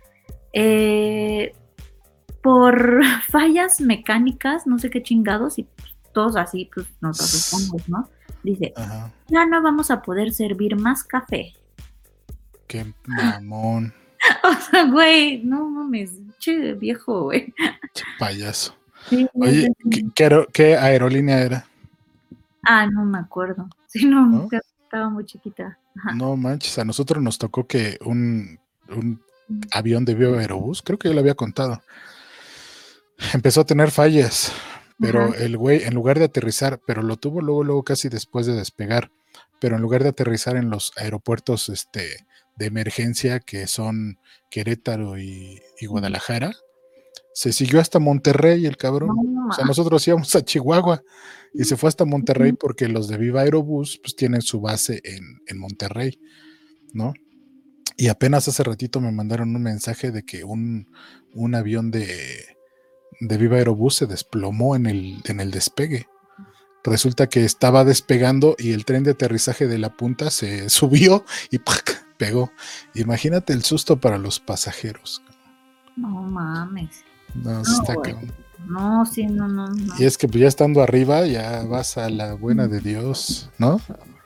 Speaker 3: eh, por fallas mecánicas, no sé qué chingados, y pues, todos así, pues nos asustamos, ¿no? Dice,
Speaker 2: Ajá.
Speaker 3: ya no vamos a poder servir más café.
Speaker 2: Qué mamón.
Speaker 3: O sea, güey, no mames, che viejo, güey.
Speaker 2: Qué payaso.
Speaker 3: Sí,
Speaker 2: Oye,
Speaker 3: sí,
Speaker 2: ¿qué,
Speaker 3: sí.
Speaker 2: qué aero- qué aerolínea era?
Speaker 3: Ah, no me acuerdo. Sí, no,
Speaker 2: ¿No?
Speaker 3: estaba muy chiquita. Ajá.
Speaker 2: No manches, a nosotros nos tocó que un, un avión de Viva Aerobús, creo que yo lo había contado, empezó a tener fallas, pero
Speaker 3: Ajá.
Speaker 2: el güey, en lugar de aterrizar, pero lo tuvo luego, luego casi después de despegar, pero en lugar de aterrizar en los aeropuertos este, de emergencia que son Querétaro y, y Guadalajara, se siguió hasta Monterrey el cabrón.
Speaker 3: No,
Speaker 2: O sea,
Speaker 3: ma.
Speaker 2: nosotros íbamos a Chihuahua y se fue hasta Monterrey porque los de Viva Aerobús pues tienen su base en, en Monterrey, ¿no? Y apenas hace ratito me mandaron un mensaje de que un, un avión de, de Viva Aerobús se desplomó en el, en el despegue. Resulta que estaba despegando y el tren de aterrizaje de la punta se subió y ¡pac! Pegó. Imagínate el susto para los pasajeros.
Speaker 3: No mames.
Speaker 2: No,
Speaker 3: No,
Speaker 2: está
Speaker 3: güey.
Speaker 2: cabrón.
Speaker 3: No, sí, no, no, no.
Speaker 2: Y es que pues, ya estando arriba, ya vas a la buena de Dios, ¿no?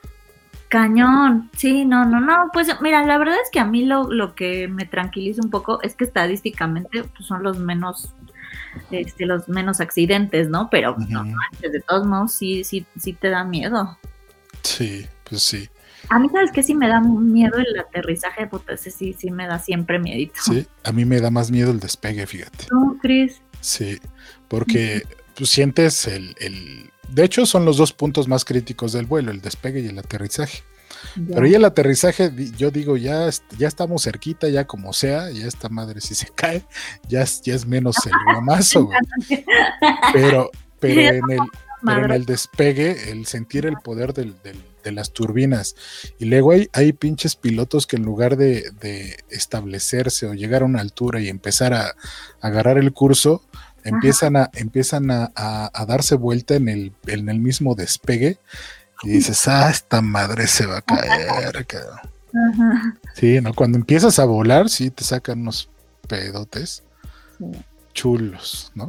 Speaker 3: Cañón. Sí, no, no, no. Pues mira, la verdad es que a mí lo, lo que me tranquiliza un poco es que estadísticamente pues, son los menos, este, los menos accidentes, ¿no? Pero
Speaker 2: Ujú.
Speaker 3: no manches, de todos modos sí, sí, sí te da miedo.
Speaker 2: Sí, pues sí.
Speaker 3: A mí, ¿sabes qué? Sí me da miedo el aterrizaje, puta, ese sí, sí me da siempre miedito.
Speaker 2: Sí, a mí me da más miedo el despegue, fíjate.
Speaker 3: ¿Tú, Cris?
Speaker 2: Sí, porque tú sientes el, el... De hecho, son los dos puntos más críticos del vuelo, el despegue y el aterrizaje.
Speaker 3: Ya.
Speaker 2: Pero ya el aterrizaje, di- yo digo, ya, est- ya estamos cerquita, ya como sea, ya esta madre si se cae, ya es, ya es menos el guamazo, güey. Pero, pero en el, pero en
Speaker 3: Madre.
Speaker 2: el despegue, el sentir el poder del, del- de las turbinas. Y luego hay, hay pinches pilotos que en lugar de, de establecerse o llegar a una altura y empezar a, a agarrar el curso, empiezan a, empiezan a, a- a darse vuelta en el, en el mismo despegue. Y dices, ah, esta madre se va a caer, cabrón.
Speaker 3: Ajá.
Speaker 2: Sí, ¿no? Cuando empiezas a volar, sí te sacan unos pedotes
Speaker 3: Sí.
Speaker 2: chulos, ¿no?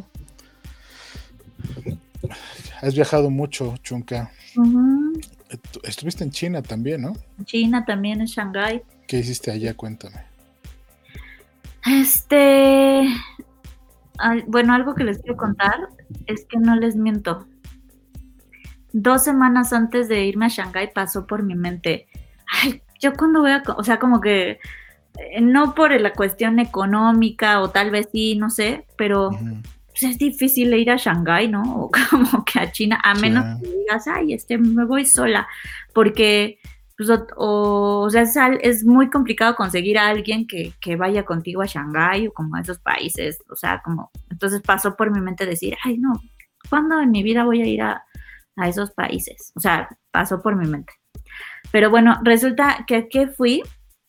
Speaker 2: Has viajado mucho, Chunka.
Speaker 3: Ujú.
Speaker 2: Estu- Estuviste en China también, ¿no?
Speaker 3: China también, en Shanghái.
Speaker 2: ¿Qué hiciste allá? Cuéntame.
Speaker 3: Este, ay, bueno, algo que les quiero contar es que no les miento. Dos semanas antes de irme a Shanghái pasó por mi mente, ay, yo cuando voy a, co- o sea, como que eh, no por la cuestión económica o tal vez sí, no sé, pero
Speaker 2: Ujú.
Speaker 3: pues, es difícil ir a Shanghái, ¿no? O como que a China, a menos
Speaker 2: Sí.
Speaker 3: que digas, ay, este, me voy sola, porque pues, o, o, o sea, es, al- es muy complicado conseguir a alguien que, que vaya contigo a Shanghái o como a esos países, o sea, como, entonces pasó por mi mente decir, ay, no, ¿cuándo en mi vida voy a ir a, a esos países? O sea, pasó por mi mente. Pero bueno, resulta que ¿qué fui?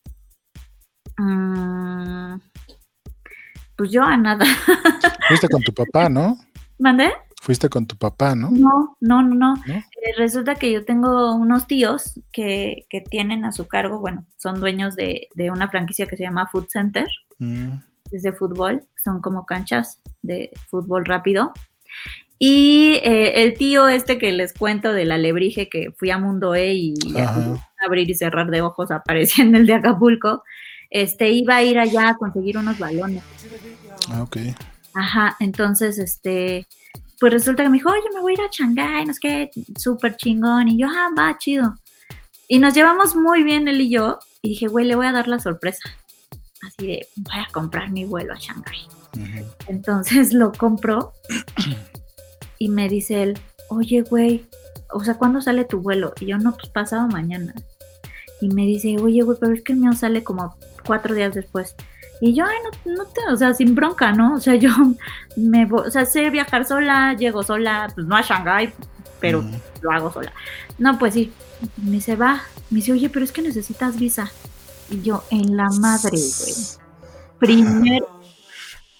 Speaker 3: Mm, pues yo a nada.
Speaker 2: Fuiste con tu papá, ¿no?
Speaker 3: ¿Mandé?
Speaker 2: Fuiste con tu papá, ¿no?
Speaker 3: No, no, no, no.
Speaker 2: ¿No?
Speaker 3: Eh, resulta que yo tengo unos tíos que, que tienen a su cargo, bueno, son dueños de, de una franquicia que se llama Food Center,
Speaker 2: Mm,
Speaker 3: es de fútbol, son como canchas de fútbol rápido. Y eh, el tío este que les cuento del alebrije que fui a Mundo E y
Speaker 2: Ajá.
Speaker 3: abrir y cerrar de ojos aparecía en el de Acapulco, este iba a ir allá a conseguir unos balones.
Speaker 2: Ah, ok.
Speaker 3: Ajá, entonces, este, pues resulta que me dijo, oye, me voy a ir a Shanghái, no sé qué, súper chingón. Y yo, ah, va, chido. Y nos llevamos muy bien él y yo. Y dije, güey, le voy a dar la sorpresa. Así de, voy a comprar mi vuelo a Shanghái.
Speaker 2: Ujú.
Speaker 3: Entonces lo compró y me dice él, oye, güey, o sea, ¿cuándo sale tu vuelo? Y yo, no, pues pasado mañana. Y me dice, oye, güey, pero es que el mío sale como cuatro días después. Y yo, ay, no, no te, o sea, sin bronca, ¿no? O sea, yo me voy, o sea, sé viajar sola, llego sola, pues no a Shanghái, pero
Speaker 2: Ujú.
Speaker 3: lo hago sola. No, pues sí. Me dice, va. Me dice, oye, pero es que necesitas visa. Y yo, en la madre, güey. Primer,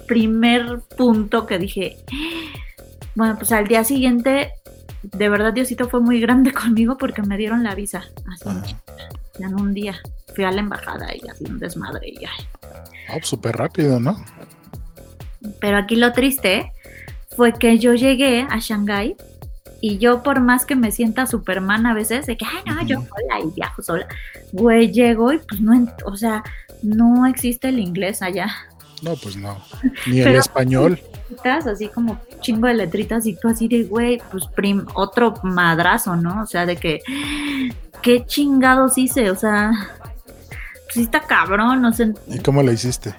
Speaker 3: primer punto que dije, bueno, pues al día siguiente, de verdad Diosito fue muy grande conmigo porque me dieron la visa, así uh-huh. en un día. Fui a la embajada y así un desmadre y ay.
Speaker 2: Oh, súper rápido, ¿no?
Speaker 3: Pero aquí lo triste fue que yo llegué a Shanghái y yo por más que me sienta Superman a veces, de que, ay, no, uh-huh. yo sola y viajo sola, güey, llego y pues no, o sea, no existe el inglés allá.
Speaker 2: No, pues no, ni el español.
Speaker 3: Así como chingo de letritas y tú así de, güey, pues prim, otro madrazo, ¿no? O sea, de que, ¿qué chingados hice? O sea, pues sí está cabrón, o sea.
Speaker 2: ¿Y cómo lo hiciste?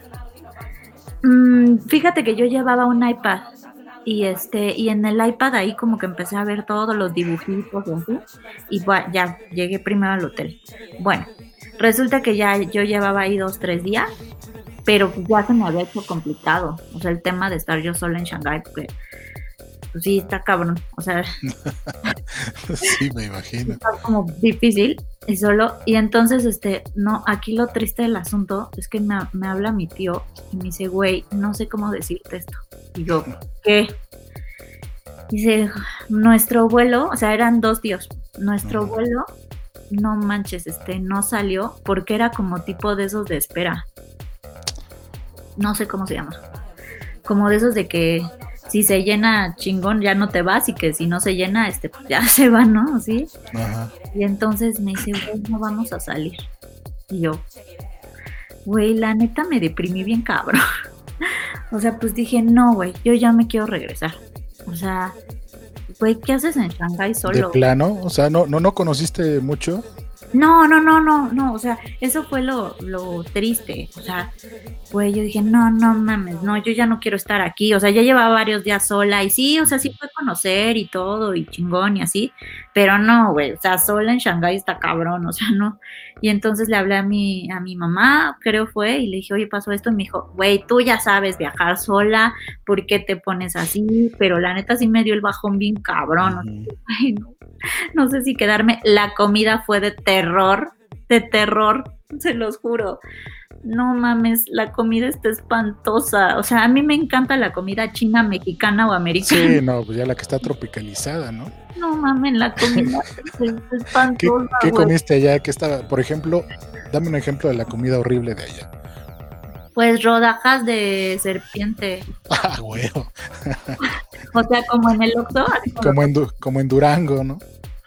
Speaker 3: Mmm, fíjate que yo llevaba un iPad y este y en el iPad ahí como que empecé a ver todos los dibujitos y así, y bueno, ya llegué primero al hotel. Bueno, resulta que ya yo llevaba ahí dos, tres días, pero ya se me había hecho complicado, o sea, el tema de estar yo sola en Shanghái, porque pues sí, está cabrón, o sea.
Speaker 2: Sí, me imagino.
Speaker 3: Está como difícil y solo, y entonces, este, no, aquí lo triste del asunto es que me, me habla mi tío y me dice, güey, no sé cómo decirte esto. Y yo, ¿qué? Dice, nuestro vuelo, o sea, eran dos tíos, nuestro uh-huh. vuelo, no manches, este, no salió porque era como tipo de esos de espera. No sé cómo se llama. Como de esos de que si se llena chingón ya no te vas y que si no se llena, este, pues ya se va, ¿no? ¿Sí?
Speaker 2: Ajá.
Speaker 3: Y entonces me dice, güey, no vamos a salir. Y yo, güey, la neta me deprimí bien cabrón. O sea, pues dije, no, güey, yo ya me quiero regresar. O sea, güey, ¿qué haces en Shanghái solo?
Speaker 2: ¿De plano? O sea, ¿no, no, no conociste mucho?
Speaker 3: No, no, no, no, no, o sea, eso fue lo, lo triste, o sea, güey, yo dije, no, no mames, no, yo ya no quiero estar aquí, o sea, ya llevaba varios días sola, y sí, o sea, sí fue conocer y todo, y chingón y así, pero no, güey, o sea, sola en Shanghái está cabrón, o sea, no, y entonces le hablé a mi, a mi mamá, creo fue, y le dije, oye, pasó esto, y me dijo, güey, tú ya sabes viajar sola, ¿por qué te pones así? Pero la neta sí me dio el bajón bien cabrón, uh-huh. O sea, ay, no. No sé si quedarme, la comida fue de terror, de terror, se los juro. No mames, la comida está espantosa. O sea, a mí me encanta la comida china, mexicana o americana.
Speaker 2: Sí, no, pues ya la que está tropicalizada, ¿no?
Speaker 3: No mames, la comida es espantosa.
Speaker 2: ¿Qué, ¿qué comiste allá? ¿Qué estaba? Por ejemplo, dame un ejemplo de la comida horrible de allá.
Speaker 3: Pues rodajas de serpiente.
Speaker 2: Ah, huevo.
Speaker 3: O sea, como en el Oxxo.
Speaker 2: Como en, como en Durango, ¿no?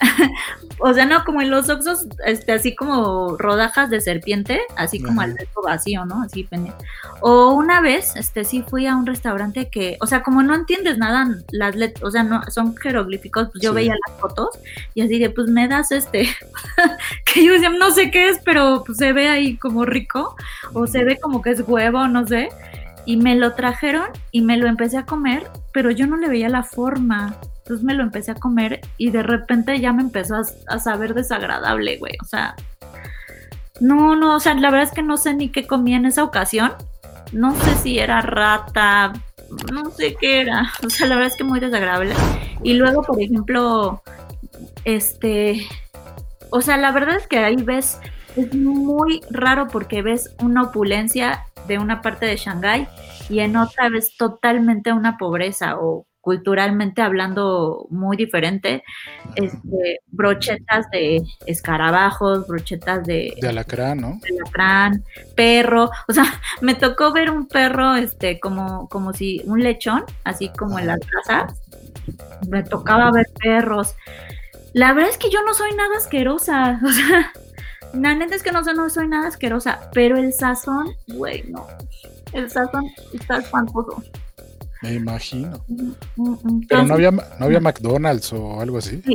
Speaker 3: O sea, no, como en los Oxxos, este, así como rodajas de serpiente, así como al resto vacío, ¿no? Así pendiente. O una vez, este, sí fui a un restaurante que, o sea, como no entiendes nada, las letras, o sea, no, son jeroglíficos, pues yo sí. Veía las fotos y así de, pues me das este, que yo decía, no sé qué es, pero pues se ve ahí como rico, o se ve como que es huevo, no sé. Y me lo trajeron y me lo empecé a comer, pero yo no le veía la forma. Entonces me lo empecé a comer y de repente ya me empezó a, a saber desagradable, güey. O sea, no, no, o sea, la verdad es que no sé ni qué comí en esa ocasión. No sé si era rata, no sé qué era. O sea, la verdad es que muy desagradable. Y luego, por ejemplo, este, o sea, la verdad es que ahí ves, es muy raro porque ves una opulencia de una parte de Shanghái y en otra ves totalmente una pobreza o culturalmente hablando muy diferente, este, brochetas de escarabajos, brochetas de...
Speaker 2: De alacrán, ¿no?
Speaker 3: De alacrán, perro, o sea, me tocó ver un perro, este, como, como si, un lechón, así como en las casas, me tocaba ver perros. La verdad es que yo no soy nada asquerosa, o sea, la neta es que no, no soy nada asquerosa, pero el sazón, güey, no, el sazón está espantoso.
Speaker 2: Me imagino.
Speaker 3: Mm, mm,
Speaker 2: Pero no había, no había McDonald's o algo así.
Speaker 3: Sí.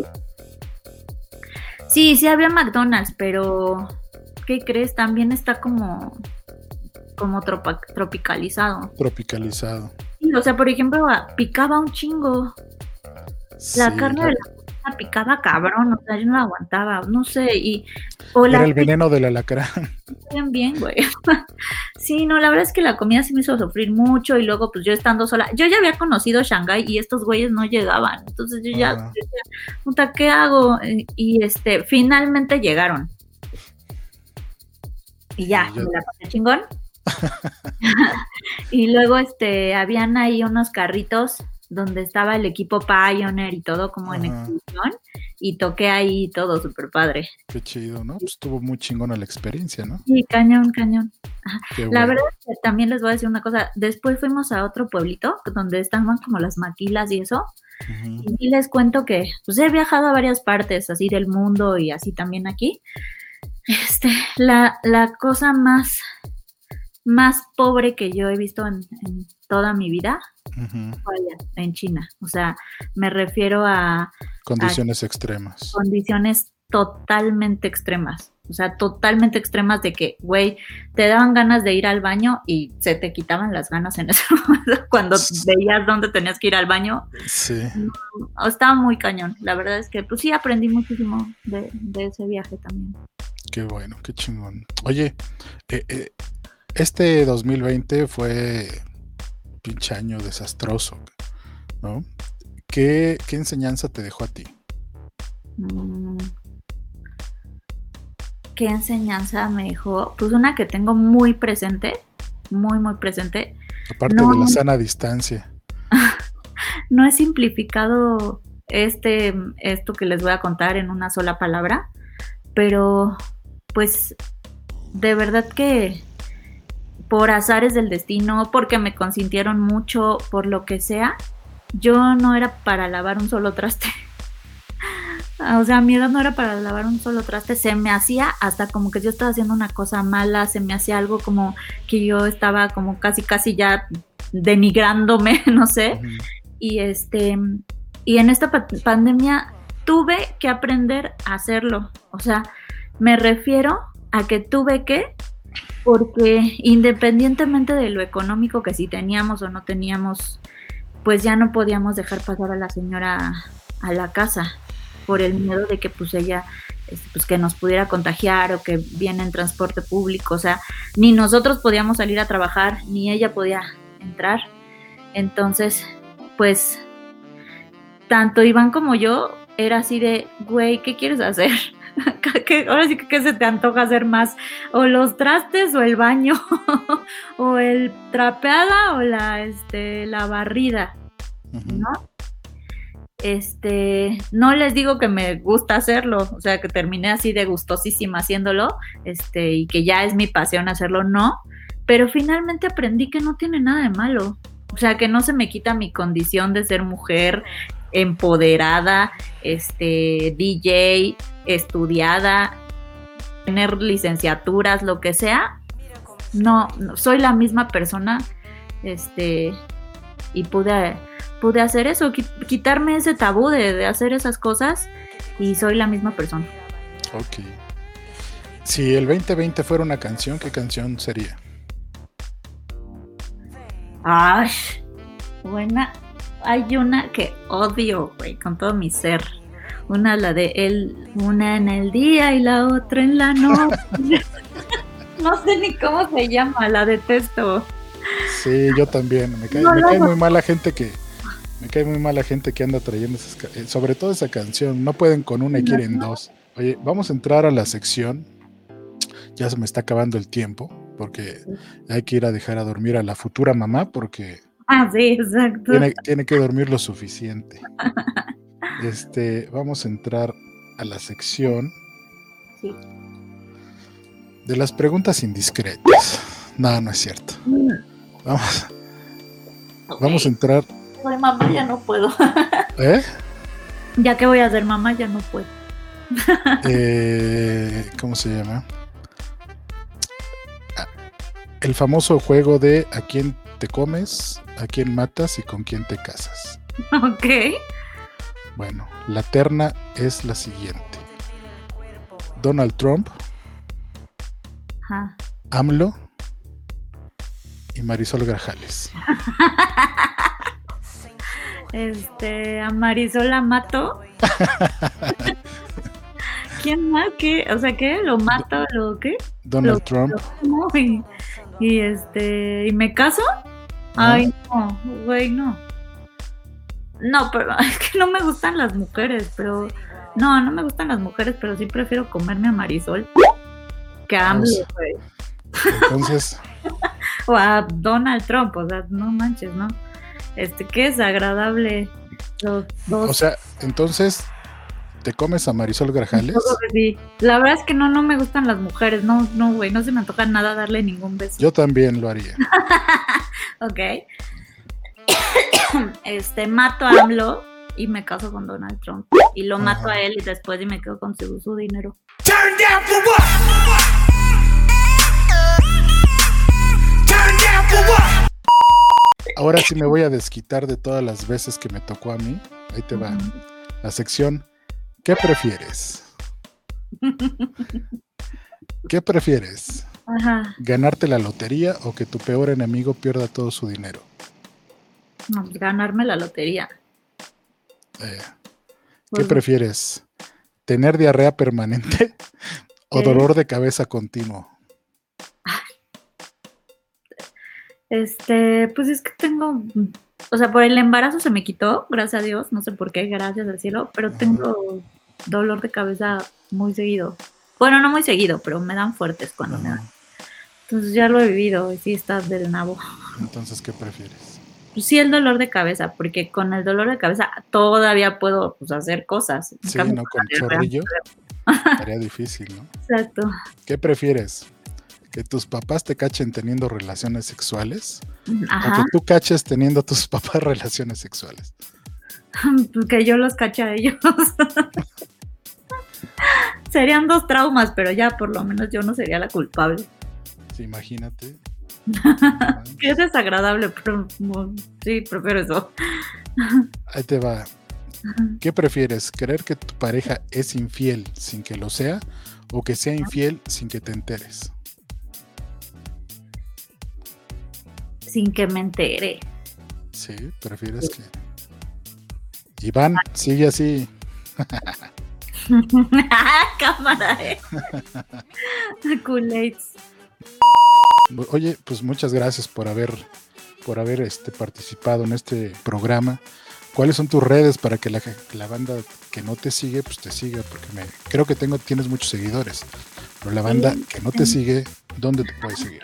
Speaker 3: sí, sí había McDonald's, pero ¿qué crees? También está como, como tropa, tropicalizado.
Speaker 2: Tropicalizado.
Speaker 3: Sí, o sea, por ejemplo, picaba un chingo. La sí, carne la... de la comida picaba cabrón, o sea, yo no la aguantaba, no sé, y...
Speaker 2: O Era la el veneno del alacrán.
Speaker 3: Bien, bien, güey. Sí, no, la verdad es que la comida sí me hizo sufrir mucho y luego pues yo estando sola, yo ya había conocido Shanghái y estos güeyes no llegaban, entonces yo ya uh-huh. decía, puta, ¿qué hago? Y este, finalmente llegaron. Y ya,
Speaker 2: yo...
Speaker 3: me la pasé chingón. Y luego este, habían ahí unos carritos donde estaba el equipo Pioneer y todo como en
Speaker 2: Ajá.
Speaker 3: exhibición, y toqué ahí todo súper padre.
Speaker 2: Qué chido, ¿no? Pues estuvo muy chingona la experiencia, ¿no?
Speaker 3: Sí, cañón, cañón. Ajá.
Speaker 2: Qué
Speaker 3: La
Speaker 2: bueno.
Speaker 3: verdad es que también les voy a decir una cosa, después fuimos a otro pueblito donde estaban como las maquilas y eso,
Speaker 2: Ujú.
Speaker 3: y les cuento que pues he viajado a varias partes así del mundo y así también aquí. Este, la, la cosa más, más pobre que yo he visto en, en toda mi vida
Speaker 2: Ujú.
Speaker 3: fue allá, en China. O sea, me refiero a
Speaker 2: Condiciones extremas.
Speaker 3: condiciones totalmente extremas. O sea, totalmente extremas de que, güey, te daban ganas de ir al baño y se te quitaban las ganas en ese momento cuando veías dónde tenías que ir al baño.
Speaker 2: Sí.
Speaker 3: O estaba muy cañón. La verdad es que, pues sí, aprendí muchísimo de, de ese viaje también.
Speaker 2: Qué bueno, qué chingón. Oye, eh, eh, este dos mil veinte fue pinche año desastroso, ¿no? ¿Qué, qué enseñanza te dejó a ti?
Speaker 3: Mm. ¿Qué enseñanza me dejó? Pues una que tengo muy presente, muy, muy presente.
Speaker 2: Aparte
Speaker 3: No.
Speaker 2: de la sana distancia.
Speaker 3: No he simplificado este, esto que les voy a contar en una sola palabra, pero pues de verdad que por azares del destino, porque me consintieron mucho, por lo que sea, yo no era para lavar un solo traste. O sea, mi edad no era para lavar un solo traste, se me hacía hasta como que yo estaba haciendo una cosa mala, se me hacía algo como que yo estaba como casi casi ya denigrándome, no sé.
Speaker 2: Ujú.
Speaker 3: Y este y en esta pa- pandemia tuve que aprender a hacerlo. O sea, me refiero a que tuve que, porque independientemente de lo económico que si teníamos o no teníamos, pues ya no podíamos dejar pasar a la señora a la casa por el miedo de que pues ella este, pues que nos pudiera contagiar o que viene en transporte público. O sea, ni nosotros podíamos salir a trabajar, ni ella podía entrar. Entonces, pues, tanto Iván como yo era así de, güey, ¿qué quieres hacer? ¿Qué, ahora sí que ¿qué se te antoja hacer más? O los trastes o el baño, o el trapeada o la, este, la barrida,
Speaker 2: Ujú.
Speaker 3: ¿no? Este, no les digo que me gusta hacerlo, o sea, que terminé así de gustosísima haciéndolo, este, y que ya es mi pasión hacerlo, no, pero finalmente aprendí que no tiene nada de malo, o sea, que no se me quita mi condición de ser mujer empoderada, este, D J, estudiada, tener licenciaturas, lo que sea, no, no soy la misma persona, este, y pude pude hacer eso, quitarme ese tabú de, de hacer esas cosas y soy la misma persona.
Speaker 2: Ok. Si el veinte veinte fuera una canción, ¿qué canción sería?
Speaker 3: Ay, buena. Hay una que odio, güey, con todo mi ser. Una la de él, una en el día y la otra en la noche. No sé ni cómo se llama, la detesto.
Speaker 2: Sí, yo también. Me cae,
Speaker 3: No,
Speaker 2: me
Speaker 3: no,
Speaker 2: cae
Speaker 3: no.
Speaker 2: muy mal la gente que me cae muy mal la gente que anda trayendo esas, ca- eh, sobre todo esa canción. No pueden con una y quieren dos. Oye, vamos a entrar a la sección. Ya se me está acabando el tiempo porque hay que ir a dejar a dormir a la futura mamá porque
Speaker 3: Ah, sí, exacto.
Speaker 2: tiene, tiene que dormir lo suficiente. Este, vamos a entrar a la sección
Speaker 3: Sí.
Speaker 2: de las preguntas indiscretas. No, no es cierto.
Speaker 3: Mm,
Speaker 2: Vamos,
Speaker 3: ok.
Speaker 2: vamos a entrar.
Speaker 3: Ay, mamá, ya no puedo.
Speaker 2: ¿Eh?
Speaker 3: Ya que voy a hacer, mamá, ya no puedo.
Speaker 2: Eh, ¿Cómo se llama? Ah, el famoso juego de a quién te comes, a quién matas y con quién te casas.
Speaker 3: Ok.
Speaker 2: Bueno, la terna es la siguiente: Donald Trump,
Speaker 3: Ajá.
Speaker 2: AMLO y Marisol Grajales.
Speaker 3: Este, a Marisol la mato. ¿Quién más? ¿Qué? O sea, ¿qué? ¿Lo mato? ¿Lo qué?
Speaker 2: Donald
Speaker 3: Lo-
Speaker 2: Trump.
Speaker 3: lo como y, y este, ¿y me caso?
Speaker 2: ¿no?
Speaker 3: Ay, no, güey, no. No, pero es que no me gustan las mujeres, pero no, no me gustan las mujeres, pero sí prefiero comerme a Marisol que a AMLO,
Speaker 2: Vamos.
Speaker 3: güey.
Speaker 2: Entonces,
Speaker 3: o a Donald Trump, o sea, no manches, ¿no? Este, qué desagradable los dos.
Speaker 2: O sea, entonces, ¿te comes a Marisol Grajales?
Speaker 3: Sí, la verdad es que no, no me gustan las mujeres, no, no, güey, no se me antoja nada darle ningún beso.
Speaker 2: Yo también lo haría.
Speaker 3: Ok. Este, mato a AMLO y me caso con Donald Trump. Y lo mato
Speaker 2: Ajá.
Speaker 3: a él y después y me quedo con su, su dinero.
Speaker 5: Turn down for what? Turn down for what?
Speaker 2: Ahora sí me voy a desquitar de todas las veces que me tocó a mí. Ahí te va. La sección, ¿qué prefieres? ¿Qué prefieres?
Speaker 3: Ajá.
Speaker 2: ¿Ganarte la lotería o que tu peor enemigo pierda todo su dinero?
Speaker 3: No, pues ganarme la lotería.
Speaker 2: Eh, ¿Qué
Speaker 3: Pues,
Speaker 2: prefieres? ¿Tener diarrea permanente o
Speaker 3: ¿Qué?
Speaker 2: dolor de cabeza continuo?
Speaker 3: Este, pues es que tengo, o sea, por el embarazo se me quitó, gracias a Dios, no sé por qué, gracias al cielo, pero
Speaker 2: Ajá.
Speaker 3: tengo dolor de cabeza muy seguido. Bueno, no muy seguido, pero me dan fuertes cuando me dan.
Speaker 2: Ajá.
Speaker 3: Entonces ya lo he vivido y sí está del nabo.
Speaker 2: Entonces, ¿qué prefieres?
Speaker 3: Pues sí, el dolor de cabeza, porque con el dolor de cabeza todavía puedo pues, hacer cosas. En
Speaker 2: Sí,
Speaker 3: cambio,
Speaker 2: ¿no? Con
Speaker 3: la diarrea,
Speaker 2: chorrillo estaría difícil, ¿no?
Speaker 3: exacto.
Speaker 2: ¿Qué prefieres? ¿Que tus papás te cachen teniendo relaciones sexuales? ¿O
Speaker 3: Ajá,
Speaker 2: que tú caches teniendo a tus papás relaciones sexuales?
Speaker 3: que yo los cache a ellos. Serían dos traumas, pero ya por lo menos yo no sería la culpable.
Speaker 2: Sí, imagínate.
Speaker 3: Qué desagradable, pero no, sí, prefiero eso.
Speaker 2: Ahí te va. ¿Qué prefieres? ¿Creer que tu pareja es infiel sin que lo sea? ¿O que sea infiel sin que te enteres?
Speaker 3: Sin que me entere.
Speaker 2: Sí, prefieres que... Iván, sigue así.
Speaker 3: Cámara, eh. Kool-Aids.
Speaker 2: Oye, pues muchas gracias por haber, por haber este, participado en este programa. ¿Cuáles son tus redes para que la, la banda que no te sigue, pues te siga? Porque me, creo que tengo, tienes muchos seguidores. Pero la banda que no te sigue, ¿dónde te puede seguir?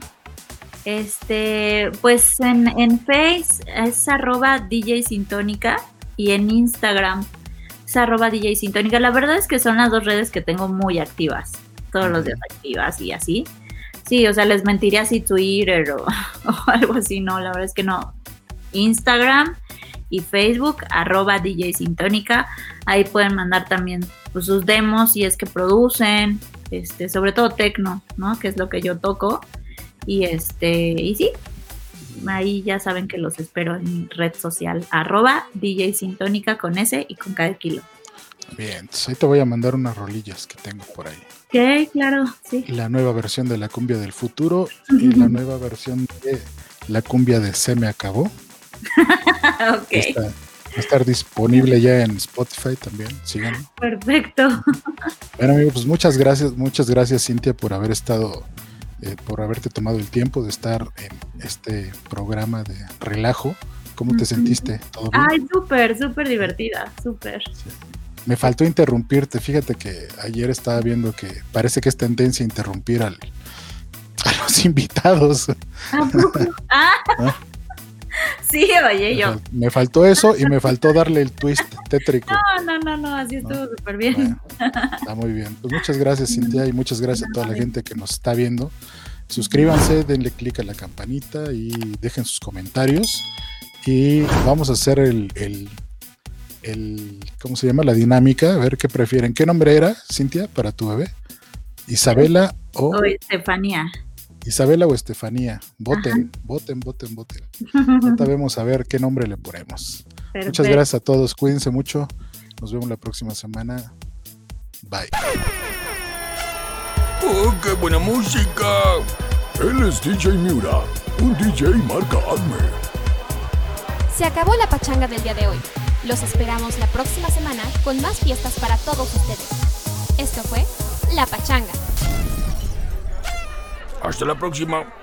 Speaker 3: Este, pues en, en Face es arroba D J Sintónica y en Instagram es arroba D J Sintónica. La verdad es que son las dos redes que tengo muy activas, todos los días activas y así. Sí, o sea, les mentiría si Twitter o, o algo así, no, la verdad es que no. Instagram y Facebook, arroba D J Sintónica, ahí pueden mandar también pues, sus demos si es que producen, este, sobre todo tecno, ¿no? Que es lo que yo toco. Y este, y sí, ahí ya saben que los espero en mi red social, arroba D J Sintónica con S y con cada kilo.
Speaker 2: Bien, entonces ahí te voy a mandar unas rolillas que tengo por ahí.
Speaker 3: Ok, claro, sí.
Speaker 2: La nueva versión de la cumbia del futuro y la nueva versión de la cumbia de Se Me Acabó.
Speaker 3: Ok,
Speaker 2: Está, va a estar disponible ya en Spotify también, síganlo.
Speaker 3: perfecto.
Speaker 2: Bueno, amigo, pues muchas gracias, muchas gracias, Cintia, por haber estado, eh, por haberte tomado el tiempo de estar en este programa de relajo. ¿Cómo te sentiste? ¿Todo bien?
Speaker 3: Ay, súper, súper divertida, súper.
Speaker 2: Sí. Me faltó interrumpirte. Fíjate que ayer estaba viendo que parece que es tendencia interrumpir al, a los invitados.
Speaker 3: ¿A poco? Ah,
Speaker 2: ¿Ah?
Speaker 3: sí, oye,
Speaker 2: Me,
Speaker 3: yo.
Speaker 2: fal- me faltó eso y me faltó darle el twist tétrico.
Speaker 3: No, no, no, no, así estuvo súper bien.
Speaker 2: Bueno, está muy bien. Pues muchas gracias, Cintia, y muchas gracias a toda la gente que nos está viendo. Suscríbanse, denle click a la campanita y dejen sus comentarios. Y vamos a hacer el, el, el ¿cómo se llama? La dinámica, a ver qué prefieren. ¿Qué nombre era, Cintia, para tu bebé? ¿Isabela o
Speaker 3: Oye, Estefanía.
Speaker 2: Isabela o Estefanía? Voten, voten, voten, voten. Ahorita vemos a ver qué nombre le ponemos.
Speaker 3: Perfecto.
Speaker 2: Muchas gracias a todos, cuídense mucho. Nos vemos la próxima semana. Bye.
Speaker 5: ¡Oh, qué buena música! Él es D J Miura, un D J marca Acme.
Speaker 1: Se acabó la pachanga del día de hoy. Los esperamos la próxima semana con más fiestas para todos ustedes. Esto fue La Pachanga.
Speaker 5: Hasta la próxima.